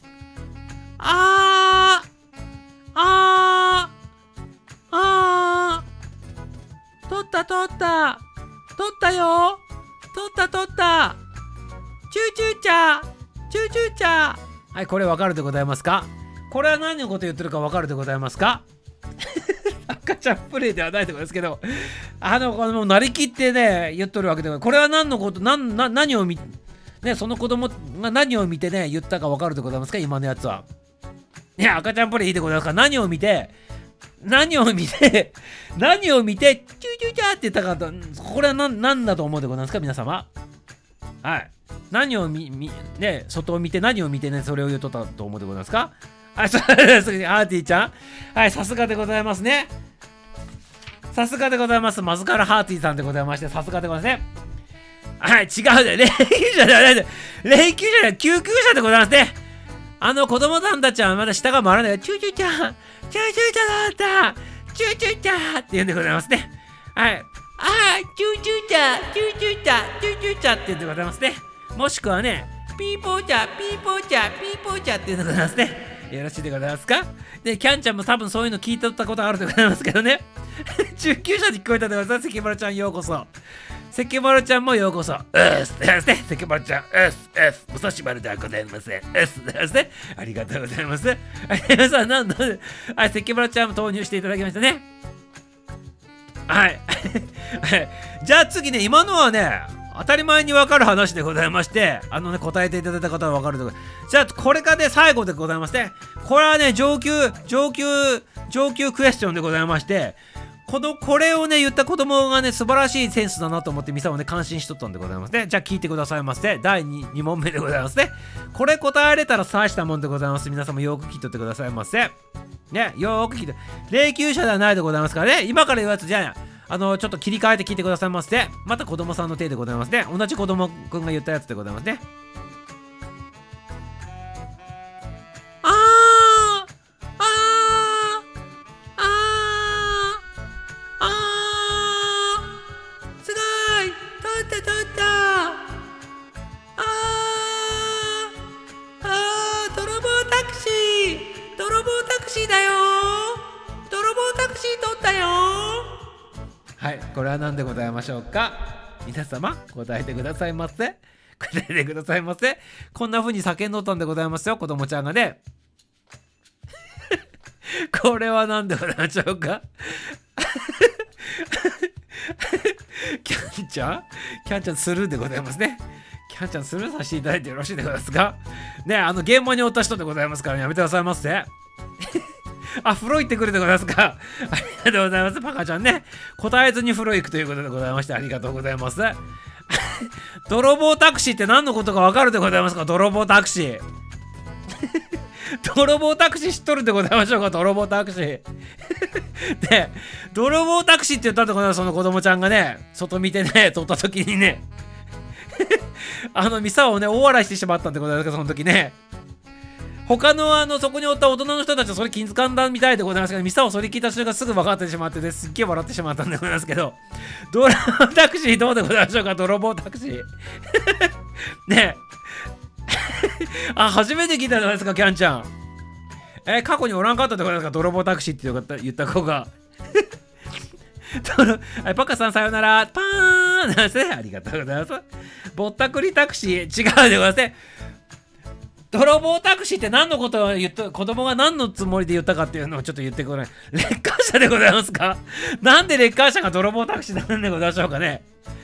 取ったよ。取ったチューチューチャー。はい、これわかるでございますか。これは何のこと言ってるかわかるでございますか。赤ちゃんプレイではないところですけど、もうなりきってね、言っとるわけでは、これは何のこと、何をね、その子供が何を見てね、言ったかわかるでございますか、今のやつは。いや、赤ちゃんプレイいいでございますか。何を見て、チューチューチャーって言ったかと、これは何だと思うでございますか、皆様。はい。何をね、外を見て何を見てね、それを言うとったと思うでございますか。はい、そうです。アーティーちゃん。はい、さすがでございますね。さすがでございます。マズカラハーティーさんでございまして、さすがでございますね。はい、違うね。霊柩車じゃない。救急車でございますね。子供さんたちはまだ下が回らない。チューチューチャーだったチューチューチャーって言うんでございますね。はい。チューチューチャーって言うんでございますね。もしくはね、ピーポーチャーって言うんでございますね。よろしいでございますか。で、キャンちゃんも多分そういうの聞いてたことあるでございますけどね。中級者に聞こえたでございます。関丸ちゃんようこそ。関丸ちゃんもようこそ。関丸ちゃん、武蔵丸ではございません。ありがとうございます。皆さん、関丸ちゃんも投入していただきましたね。はい。じゃあ次ね、今のはね、 当たり前にわかる話でございまして、答えていただいた方はわかると思います。じゃあ、これがね、最後でございますね。これはね、上級クエスチョンでございまして、これをね、言った子供がね、素晴らしいセンスだなと思って、ミサもね、感心しとったんでございますね。じゃあ、聞いてくださいませ。第 2問目でございますね。これ答えられたら大したもんでございます。皆さんもよく聞いとってくださいませ。ね、よーく聞いて。霊柩車ではないでございますからね。今から言うやつじゃあ、ちょっと切り替えて聞いてくださいませ。また子供さんの手でございますね。同じ子供くんが言ったやつでございますね。はい、これは何でございましょうか。皆様答えてくださいませ。答えてくださいませ。こんな風に叫んどったんでございますよ、子供ちゃんがね。これは何でございましょうか。キャンちゃんスルーでございますね。キャンちゃんスルーさせていただいてよろしいでございますかね。現場におった人でございますから、ね、やめてくださいませ。あ、風呂行ってくるでございますか。ありがとうございます。パカちゃんね。答えずに風呂行くということでございまして、ありがとうございます。泥棒タクシーって何のことかわかるでございますか。泥棒タクシー。泥棒タクシー知っとるでございましょうか。泥棒タクシー。で、泥棒タクシーって言ったんでございます。その子供ちゃんがね、外見てね、撮った時にね、ミサをね、大笑いしてしまったんでございますけど、その時ね。他のそこにおった大人の人たちはそれ気づかんだみたいでございますけど、ミサをそれ聞いた瞬間すぐ分かってしまってね、すっげえ笑ってしまったんでございますけど、泥棒タクシーどうでございましょうか。泥棒タクシー。ねえ。あ、初めて聞いたじゃないですか、キャンちゃん。過去におらんかったでございますか。泥棒タクシーって言った子が。パカさんさよなら。パーンなんですね。ありがとうございます。ぼったくりタクシー、違うでございますね。泥棒タクシーって何のことを言った、子供が何のつもりで言ったかっていうのをちょっと言ってくれない。レッカー車でございますか。なんでレッカー車が泥棒タクシーなんでございましょうかね。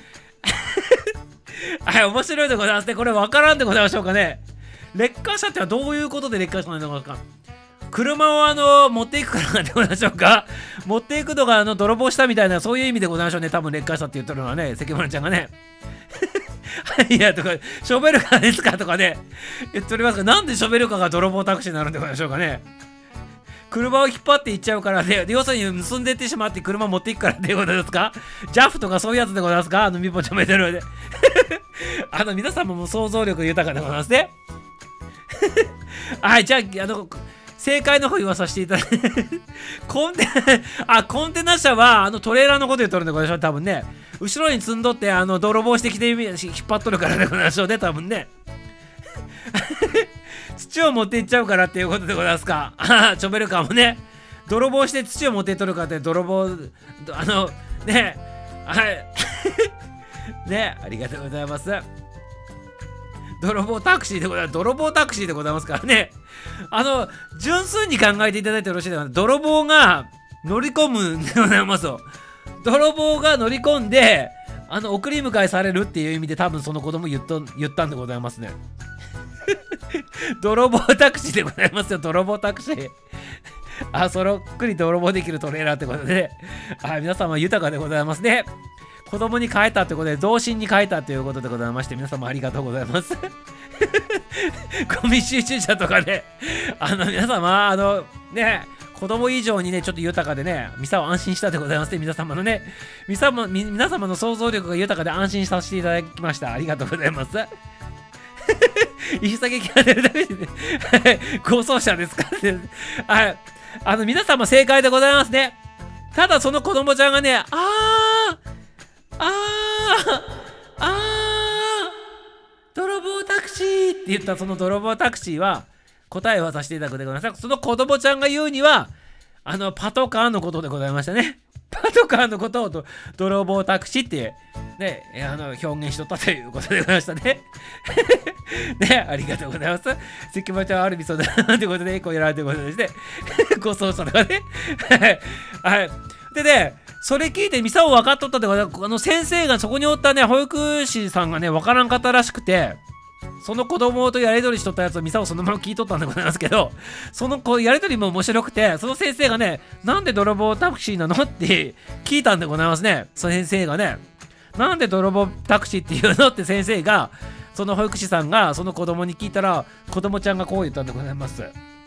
はい、面白いでございますね。これ分からんでございましょうかね。レッカー車ってはどういうことでレッカー車なんでございますか。車を持っていくからなんでございましょうか。持っていくのが泥棒したみたいな、そういう意味でございましょうね。多分レッカー車って言ってるのはね、関村ちゃんがね。いやとか、ショベルカーですかとかね、言っておりますが、なんでショベルカーが泥棒タクシーになるんでございましょうかね。車を引っ張っていっちゃうからで、要するに盗んでってしまって車持っていくからっていうことですか。ジャフとかそういうやつでございますか。みぽちゃんも言ってるので。皆様も想像力豊かでございますね。はい、じゃあ、正解の方言わさせていただいて。コンテナ車はトレーラーのこと言っとるんでございましょう。多分ね。後ろに積んどって泥棒してきて引っ張っとるからでございましょうね。多分ね。土を持っていっちゃうからっていうことでございますか。チョベルカーもね。泥棒して土を持っていっとるからって泥棒、ね。はい。ね。ありがとうございます。泥棒タクシーでございます。泥棒タクシーでございますからね。純粋に考えていただいてよろしいでしょうか。泥棒が乗り込むんでございます。泥棒が乗り込んで、送り迎えされるっていう意味で多分その子供言ったんでございますね。泥棒タクシーでございますよ。泥棒タクシー。そっくり泥棒できるトレーラーってことで、皆様豊かでございますね。子供に変えたってことで、童心に変えたということでございまして、皆様ありがとうございます。ゴミ収集車とかね、皆様、ね、子供以上にね、ちょっと豊かでね、ミサを安心したでございますね。皆様のね、皆様の想像力が豊かで安心させていただきました。ありがとうございます。石崎キャラメルダメで、構想者ですかね。皆様正解でございますね。ただその子供ちゃんがね、泥棒タクシーって言ったその泥棒タクシーは答えをさせていただくでございます。その子供ちゃんが言うにはパトカーのことでございましたね。パトカーのことを泥棒タクシーってね、表現しとったということでございましたね。ね、ありがとうございます。関町はアルビソだということで、こうやられてることでして、ご想像とかね。はい。 でね、それ聞いてミサオ分かっとったってことは、先生がそこにおったね、保育士さんがね、分からんかったらしくて、その子供とやり取りしとったやつをミサオそのまま聞いとったんでございますけど、そのやり取りも面白くて、その先生がね、なんで泥棒タクシーなのって聞いたんでございますね。その先生がね、なんで泥棒タクシーって言うのって先生が、その保育士さんがその子供に聞いたら、子供ちゃんがこう言ったんでございます。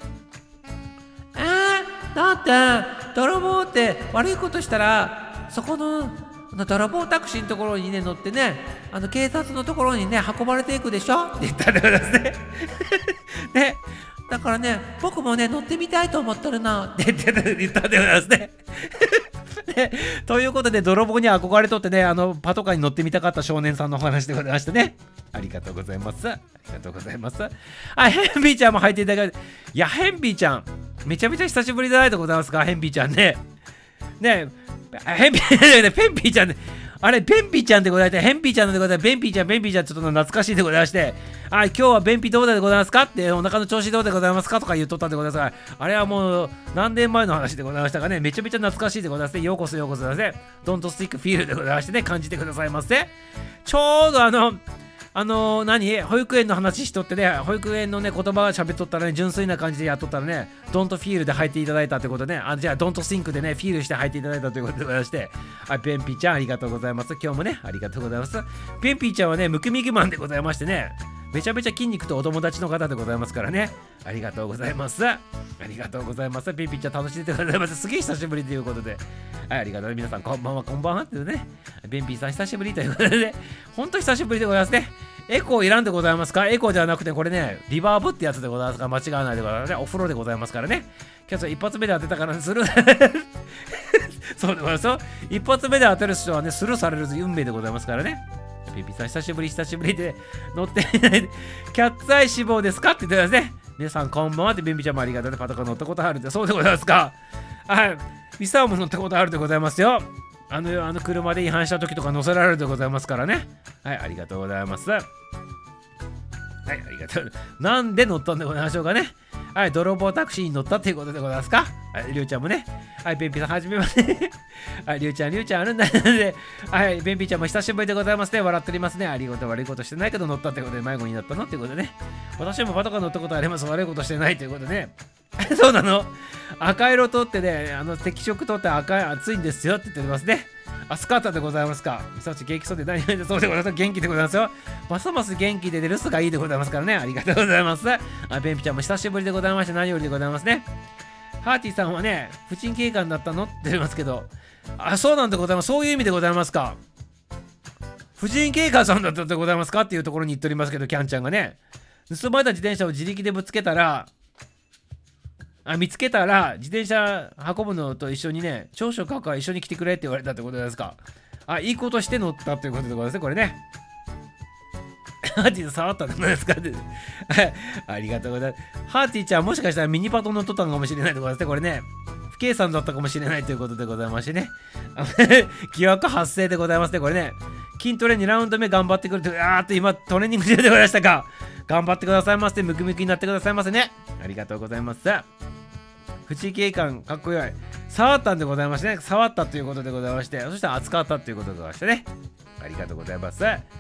だって泥棒って悪いことしたらそこの泥棒タクシーのところにね乗ってね、警察のところにね運ばれていくでしょって言ったんでございますね。ね、だからね僕もね乗ってみたいと思ってるなって言ったんでございますね。ね、ということで泥棒に憧れとってね、パトカーに乗ってみたかった少年さんのお話でございましてね、ありがとうございます。ありがとうございます。ヘンビーちゃんも入っていただいて、いやヘンビーちゃんめちゃめちゃ久しぶりじゃないでございますか、ヘンビーちゃんね。ねえ、ヘンビー、ね、ペンピーちゃんね。あれ、ペンピーちゃんでございまして、ヘンピーちゃんでございまして、ベンピーちゃん、ベンピーちゃん、ちょっと懐かしいでございまして、今日は便秘どうでございますかって、お腹の調子どうでございますかとか言っとったんでございますが、あれはもう何年前の話でございましたがね、めちゃめちゃ懐かしいでございまして、ようこそようこそですね、Don't Stick Feel でございましてね、感じてくださいませ。ちょうど保育園の話しとってね、保育園のね、言葉が喋っとったらね、純粋な感じでやっとったらね、Don't Feel で入っていただいたということでね、じゃあ Don't Think でね、フィールして入っていただいたということでございまして、ベンピーちゃんありがとうございます。今日もね、ありがとうございます。ベンピーちゃんはね、ムキムキマンでございましてね、めちゃめちゃ筋肉とお友達の方でございますからね、ありがとうございます。ありがとうございます。ベンピーちゃん楽しんでくださいます。すげえ久しぶりということで、はい、ありがとう。皆さんこんばんは、こんばんはってね、ベンピーさん久しぶりということで、ね、ほんと久しぶりでございますね。エコー選んでございますか？エコーじゃなくてこれね、リバーブってやつでございますから、間違わないでございますね。お風呂でございますからね。今日一発目で当てたからスルーそうでございますよ。一発目で当てる人はね、スルーされる運命でございますからね。ピピさん久しぶりで乗ってみないで、キャッツアイ志望ですかって言ってますね。皆さんこんばんはってビンビちゃんもありがとうね。パトカー乗ったことあるって、そうでございますか。はい。ミサオも乗ったことあるでございますよ。車で違反した時とか乗せられるでございますからね。はい、ありがとうございます。はい、ありがとう。なんで乗ったんでございましょうかね。はい、泥棒タクシーに乗ったっていうことでございますか。はい、りゅうちゃんもね。はい、ベンピーさんはじめまして。はい、りゅうちゃんあるんだので。はい、ベンピーちゃんも久しぶりでございますね。笑っておりますね。ありがとう、悪いことしてないけど乗ったってことで迷子になったのってことでね。私もパトカー乗ったことあります。悪いことしてないということでね。そうなの？赤色取ってね、赤色取って熱いんですよって言っておりますね。スカートでございますか。みさおち元気そうで何々でそうでございます。元気でございますよ。ますます元気で留守がいいでございますからね。ありがとうございます。ベンピちゃんも久しぶりでございまして何よりでございますね。ハーティさんはね、婦人警官だったのって言ってますけど、そうなんでございます。そういう意味でございますか。婦人警官さんだったでございますかっていうところに言っておりますけど、キャンちゃんがね、盗まれた自転車を自力でぶつけたら、見つけたら自転車運ぶのと一緒にね、長所書くから一緒に来てくれって言われたってことですか。いいことして乗ったということでございますね、これね。ハーティー触ったんですかって。ありがとうございます。ハーティーちゃんもしかしたらミニパト乗っとったのかもしれないでございますね、これね。不計算だったかもしれないということでございましてね。疑惑発生でございますね、これね。筋トレ2ラウンド目頑張ってくると、今トレーニング中でございましたか。頑張ってくださいませ。ムキムキになってくださいませね。ありがとうございます。プチ警官かっこよい。触ったんでございましてね。触ったということでございまして、そして扱ったということでございましてね。ありがとうございます。はい、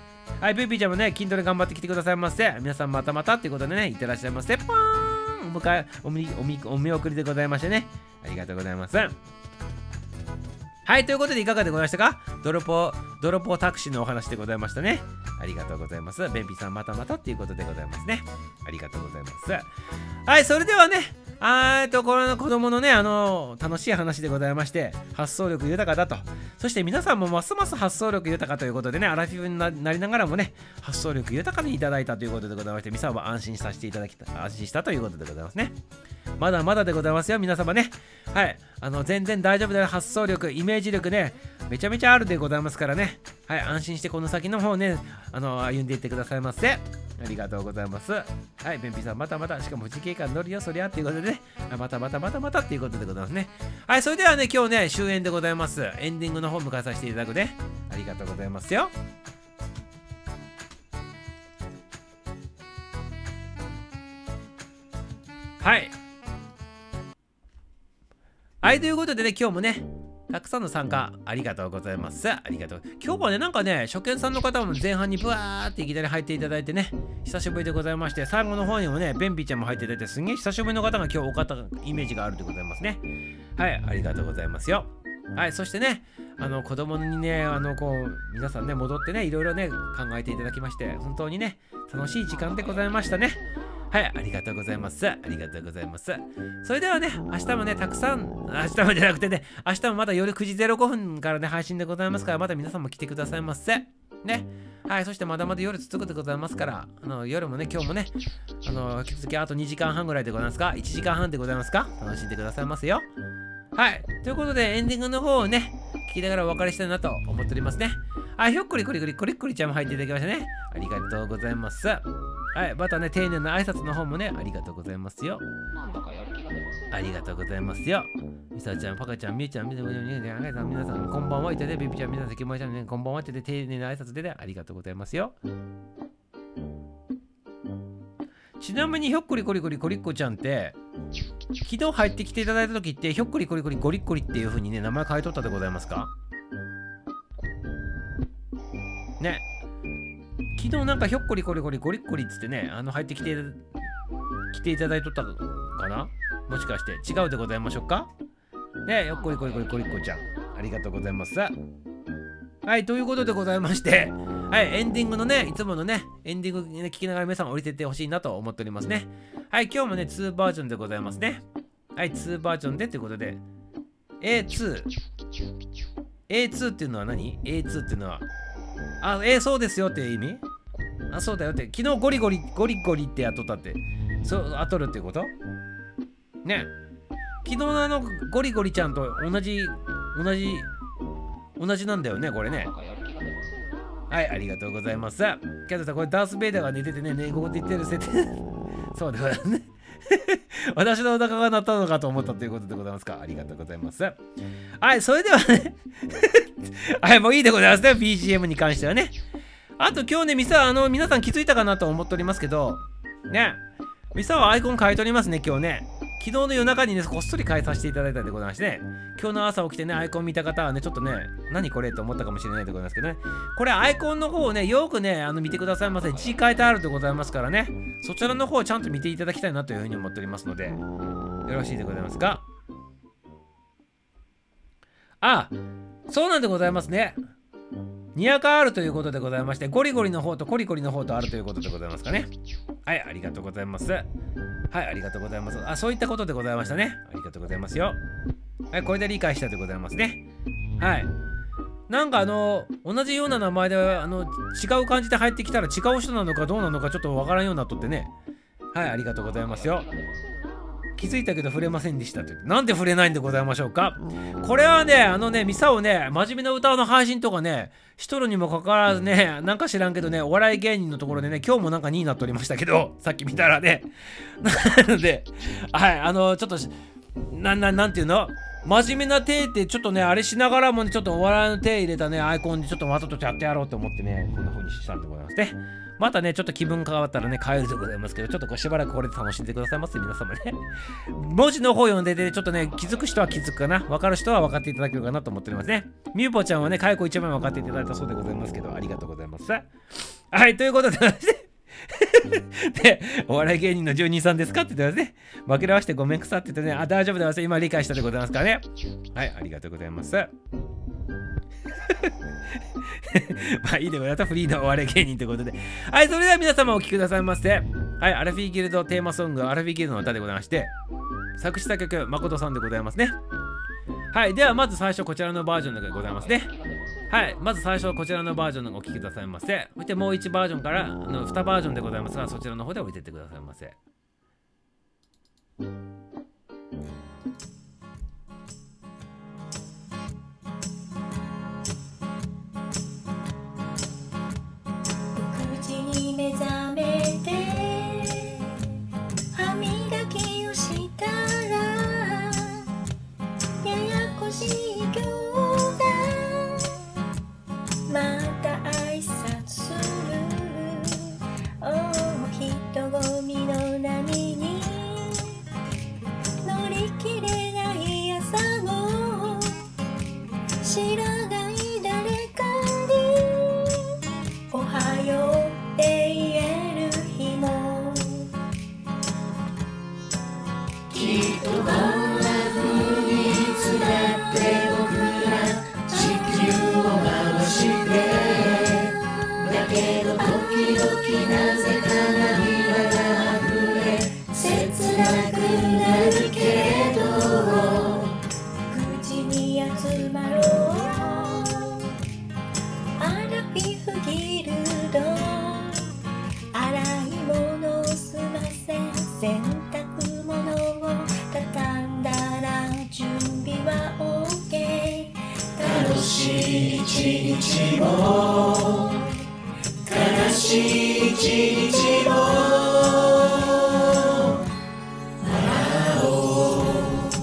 ベイビーちゃんもね、筋トレ頑張ってきてくださいませ。皆さんまたまたっていうことでね、いってらっしゃいませ。パーンお見送りでございましてね。ありがとうございます。はい、ということでいかがでございましたか？泥棒タクシーのお話でございましたね。ありがとうございます。ベンピーさんまたまたっていうことでございますね。ありがとうございます。はい、それではね、これの子供のね、楽しい話でございまして、発想力豊かだと。そして皆さんもますます発想力豊かということでね、アラフィフになりながらもね、発想力豊かにいただいたということでございまして、皆さんは安心したということでございますね。まだまだでございますよ、皆様ね。はい、全然大丈夫だよ。発想力、イメージ力ね、めちゃめちゃあるでございますからね。はい、安心してこの先の方ね、歩んでいってくださいませ。ありがとうございます。はい、ベンピーさんまたまた、しかも富士警官乗るよ、そりゃっていうことでね、またまたっていうことでございますね。はい、それではね、今日ね、終演でございます。エンディングの方迎えさせていただくね。ありがとうございますよ。はい。はい、ということでね、今日もね、 たくさんの参加ありがとうございます。ありがとう。今日はね、なんかね、初見さんの方も前半にブワーっていきなり入っていただいてね、久しぶりでございまして、最後の方にもね、ベンビーちゃんも入っていただいて、すんげえ久しぶりの方が今日多かったイメージがあるでございますね。はい、ありがとうございますよ。はい、そしてね、子供にね、皆さんね、戻ってね、いろいろね、考えていただきまして、本当にね、楽しい時間でございましたね。はい、ありがとうございます。ありがとうございます。それではね、明日もね、たくさん、明日もじゃなくてね、明日もまた夜9時05分からね、配信でございますから、また皆さんも来てくださいませ。ね。はい、そしてまだまだ夜続くでございますから、夜もね、今日もね、引き続きあと2時間半ぐらいでございますか ?1 時間半でございますか楽しんでくださいますよ。はい。ということで、エンディングの方をね、聞きながらお別れしたいなと思っておりますね。はい、ひょっこりこりこりこりこりちゃんも入っていただきましたね。ありがとうございます。はい、またね、丁寧な挨拶の方もね、ありがとうございますよ。 なんだかやる気が出ます。 ありがとうございますよ。みさちゃん、パカちゃん、みゆちゃん、みさちゃん、皆さん、こんばんは。いてね、ビビちゃん、皆さん、きもちゃん、ね、こんばんは。ってて、丁寧な挨拶でね、ありがとうございますよ。ちなみに、ひょっこりこりこりこりっこちゃんって、昨日入ってきていただいた時って、ひょっこりこりこりゴリッコリっていう風にね、名前変えとったでございますかね。昨日なんかひょっこりこりこりゴリッコリっつってね、入ってきていただいとったかなもしかして違うでございましょうかね、ひょっこりこりこりゴリッコちゃん。ありがとうございます。はい、ということでございまして、はい、エンディングのね、いつものね、エンディング、ね、聞きながら皆さん降りてってほしいなと思っておりますね。はい、今日もね、2バージョンでございますね。はい、2バージョンでということで、A2。A2 っていうのは何 ?A2 っていうのは、そうですよっていう意味そうだよって、昨日ゴリゴリってやっとったって、あとるっていうことね。昨日のゴリゴリちゃんと同じなんだよね、これね。はい、ありがとうございます。けどさ、これダース・ベイダーが寝ててね、寝言って言ってる設定。そうでございますね。私のお腹が鳴ったのかと思ったということでございますか。ありがとうございます。はい、それではね。はい、もういいでございますね。BGM に関してはね。あと今日ね、ミサ皆さん気づいたかなと思っておりますけど、ね、ミサはアイコン変えておりますね、今日ね。昨日の夜中にね、こっそり変えさせていただいたんでございましてね。今日の朝起きてね、アイコン見た方はね、ちょっとね、何これと思ったかもしれないでございますけどね。これアイコンの方をね、よくね、見てくださいませ。字書いてあるでございますからね。そちらの方をちゃんと見ていただきたいなというふうに思っておりますので、よろしいでございますか。そうなんでございますね。にわかあるということでございまして、ゴリゴリの方とコリコリの方とあるということでございますかね。はい、ありがとうございます。はい、ありがとうございます。そういったことでございましたね。ありがとうございますよ。はい、これで理解したでございますね。はい。なんか同じような名前で違う感じで入ってきたら違う人なのかどうなのかちょっとわからんようになっとってね。はい、ありがとうございますよ。気づいたけど触れませんでしたって言って。なんで触れないんでございましょうか。これはね、ミサをね、真面目な歌の配信とかね、しとるにもかかわらずね、なんか知らんけどね、お笑い芸人のところでね、今日もなんか2位になっておりましたけど、さっき見たらね。なので、はい、ちょっと、なんていうの真面目な手ってちょっとね、あれしながらもね、ちょっとお笑いの手入れたね、アイコンでちょっとわざとやってやろうと思ってね、こんな風にしたんでございますね。またね、ちょっと気分変わったらね、変えるでございますけど、ちょっとしばらくこれで楽しんでくださいませ、皆様ね。文字の方読んでて、ちょっとね、気づく人は気づくかな。分かる人は分かっていただけるかなと思っておりますね。みゆぽちゃんはね、解雇一番分かっていただいたそうでございますけど、ありがとうございます。はい、ということで、で、お笑い芸人の住人さんですかって言ってますね。負けらわしてごめんくさって言ってね、大丈夫でございます。今理解したでございますからね。はい、ありがとうございます。まあいいでございます。フリーのお笑い芸人ということで。はい、それでは皆様お聴きくださいませ。はい、アラフィーギルドテーマソング、アラフィーギルドの歌でございまして、作詞作曲、誠さんでございますね。はい、ではまず最初こちらのバージョンでございますね。はい、まず最初こちらのバージョンのお聴きくださいませ。そしてもう1バージョンから2バージョンでございますが、そちらの方で降りてってくださいませ。 目覚めて歯磨きをしたらややこしい今日がまた挨拶する人混みの波に乗り切れない朝もしい一日も悲しい一日も笑おう。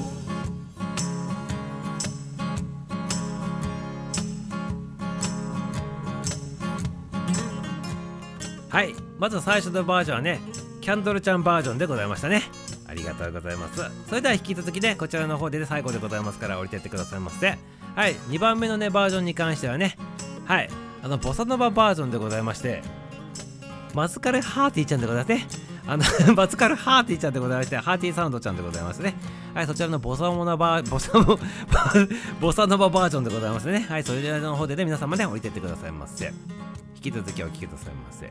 はい、まず最初のバージョンはね、キャンドルちゃんバージョンでございましたね。ありがとうございます。それでは引き続きね、こちらの方で、ね、最後でございますから降りてってくださいませ。はい、2番目のねバージョンに関してはね、はい、ボサノババージョンでございまして、マズカルハーティーちゃんでございますね。マズカルハーティーちゃんでございまして、ハーティーサウンドちゃんでございますね。はい、そちらのボサノババージョンでございますね。はい、そちらの方でね、皆様ね降りてってくださいませ。引き続きお聞きくださいませ。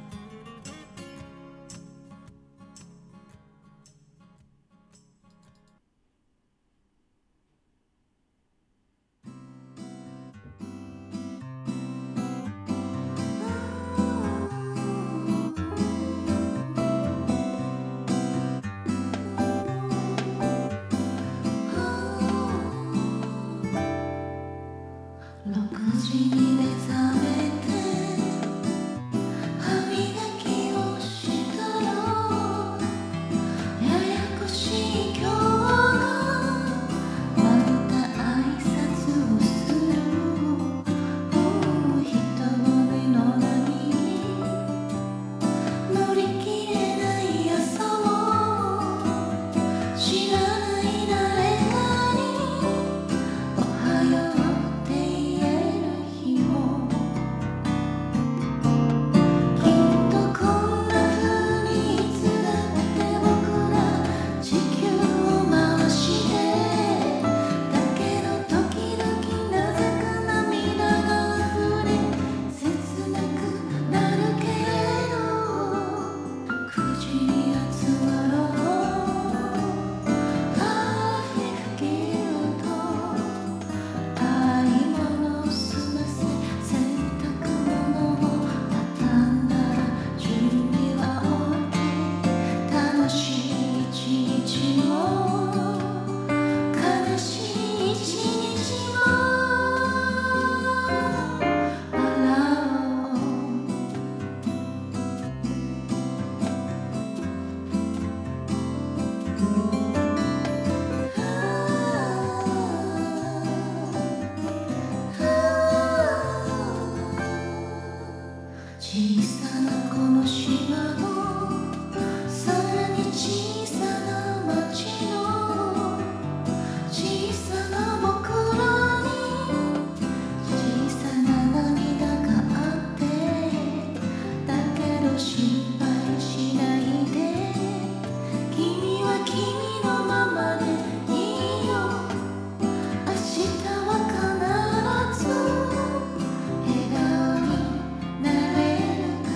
6時に目覚めて歯磨きをしたらややこしい今日がまた挨拶をする。人混みの波に乗り切れない朝を知らない誰かにおはよう小さなこの島のさらに小さな町の小さな僕らに小さな涙があって、だけど心配しないで、君は君のままでいいよ。明日は必ず笑顔になれる。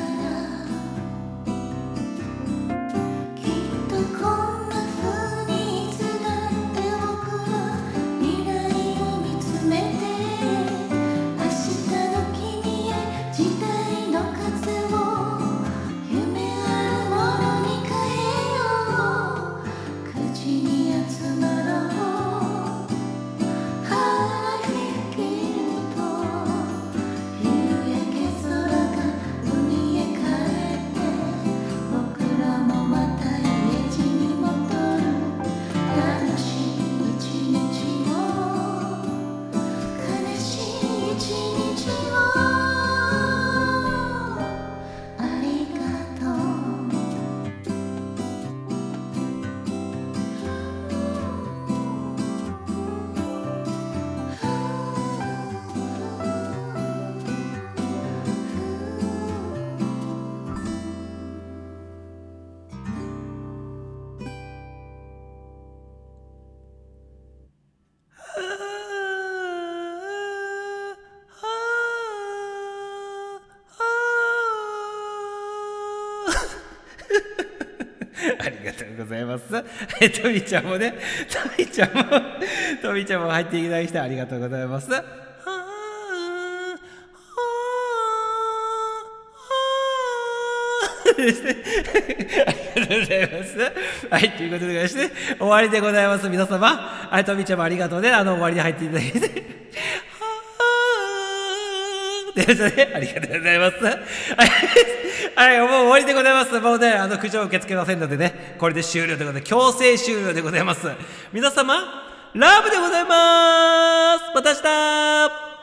きっとこんな風にいつだって僕は未来を見つめて、明日の君へ時代の風を夢あるものに変えよう。9時に集まろう。腹ひきると夕焼け空が海へ帰って、僕らもまた家路に戻る。楽しい一日も悲しい一日もありがとう。 ありがとうございます。トミちゃんもね、トミちゃんも入っていただきしてありがとうございます。ですね。ありがとうございます。はい、ということでございまして、終わりでございます。皆様、はい、トミちゃんもありがとうね。終わりに入っていただいて。 ってやつね。ありがとうございます。はい、はい、もう終わりでございます。もうね、苦情受け付けませんのでね、これで終了ということで、強制終了でございます。皆様、ラブでございます。また明日。